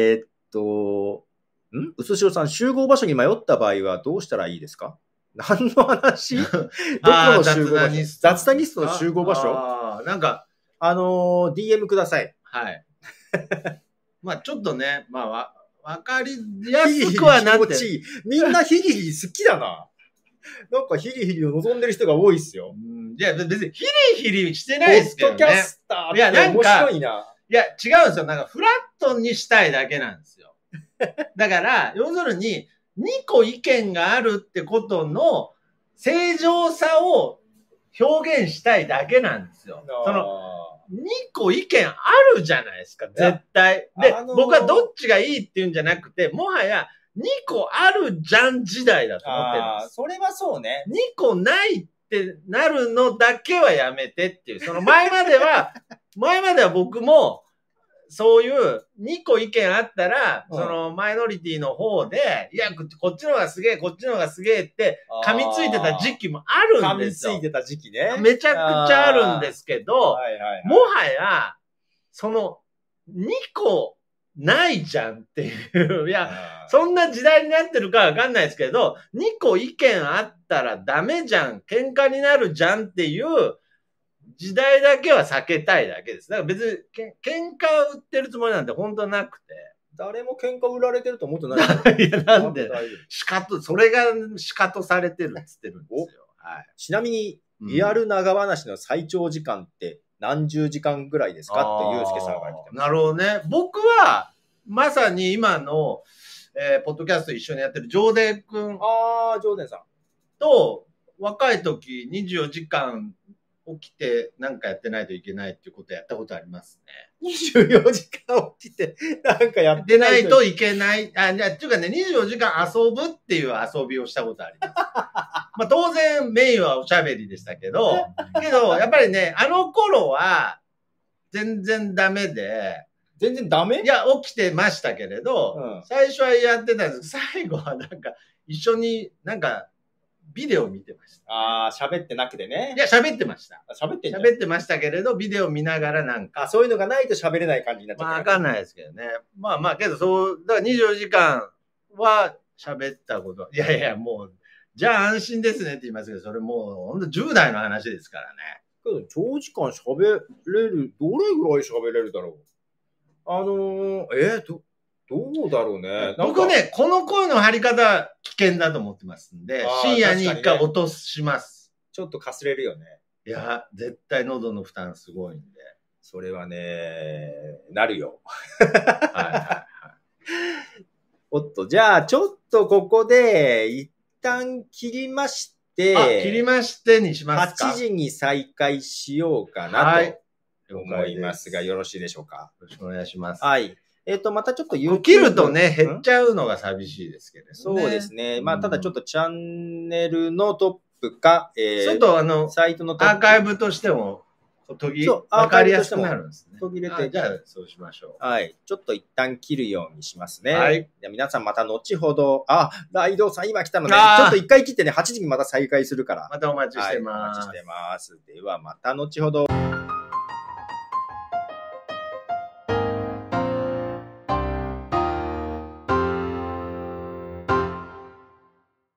と、んうすしろさん、集合場所に迷った場合はどうしたらいいですか？何の話？どこの集合場所？雑談リストの集合場所？ あなんか、 あのー、ディーエム ください。 はい。まあちょっとね、まあわ、わかりやすくはなって。 みんなヒリヒリ好きだな。なんかヒリヒリを望んでる人が多いっすよ。 うん、いや、別にヒリヒリしてないですけどね。 ポッドキャスターって面白いな。 いや、違うんですよ。なんかフラットにしたいだけなんですよ。だから、要するに、にこ意見があるってことの正常さを表現したいだけなんですよ。その、にこ意見あるじゃないですか、絶対。で、あのー、僕はどっちがいいって言うんじゃなくて、もはやにこあるじゃん時代だと思ってるんです。 それはそうね。 にこないってなるのだけはやめてっていう。その前までは、前までは僕も、そういうにこ意見あったら、うん、そのマイノリティの方で、いや、こっちの方がすげえ、こっちの方がすげえって噛みついてた時期もあるんですよ。 噛みついてた時期ね。 めちゃくちゃあるんですけど、はいはいはい、もはや、そのにこないじゃんっていう、いや、そんな時代になってるかわかんないですけど、にこ意見あったらダメじゃん、喧嘩になるじゃんっていう、時代だけは避けたいだけです。だから別にけ喧嘩売ってるつもりなんて本当なくて。 誰も喧嘩売られてると思ってない。 いや、なんで、しかと、それがしかとされてるって言ってるんですよ。はい、 ちなみに、リアル長話の最長時間って何十時間ぐらいですかってゆうすけさんから来てます。 なるほどね。僕は、まさに今の、えー、ポッドキャスト一緒にやってるジョーデン君。 ああ、ジョーデンさん。 と、若い時にじゅうよじかん、起きて何かやってないといけないっていうことやったことありますね。 にじゅうよじかん起きて何かやってないといけない。あ、じゃあ、っていうかね、にじゅうよじかん遊ぶっていう遊びをしたことあります。まあ当然メインはおしゃべりでしたけど、けどやっぱりね、あの頃は全然ダメで、 全然ダメ？ いや、起きてましたけれど、うん、最初はやってたんですけど、最後はなんか一緒になんか、ビデオ見てました。 ああ、喋ってなくてね。 いや、喋ってました。 喋ってんじゃん。 喋ってましたけれど、ビデオ見ながらなんか。 あ、そういうのがないと喋れない感じになっちゃった。 まあ、わかんないですけどね。まあまあ、けど、そう、だからにじゅうよじかんは喋ったこと。いやいや、もう、じゃあ安心ですねって言いますけど、それもう、ほんとじゅう代の話ですからね。 けど、長時間喋れる、どれぐらい喋れるだろう。あのー、えー、ど、どうだろうね。 僕ね、この声の張り方危険だと思ってますんで、深夜に一回落とします、 ね。ちょっとかすれるよね。 いや、絶対喉の負担すごいんで。 それはね、なるよ。 はいはいはい。 おっと、じゃあ、ちょっとここで、一旦切りまして、 あ、切りましてにしますか。 はちじに再開しようかなと思いますが、はい、よろしいでしょうか。 よろしくお願いします。 はい。えっ、ー、と、またちょっと YouTube 切るとね、減っちゃうのが寂しいですけどね。 そうですね。まあ、ただちょっとチャンネルのトップか、 えー、ちょっとあの、 サイトのトップ。 アーカイブとしても、途切、わかりやすくなるんですね。 途切れて。 じゃあ、そうしましょう。はい。ちょっと一旦切るようにしますね。 はい。 じゃ皆さんまた後ほど、あ、ライドさん今来たので、ちょっと一回切ってね、はちじにまた再開するから。 またお待ちしてます。 はい、お待ちしてます。では、また後ほど。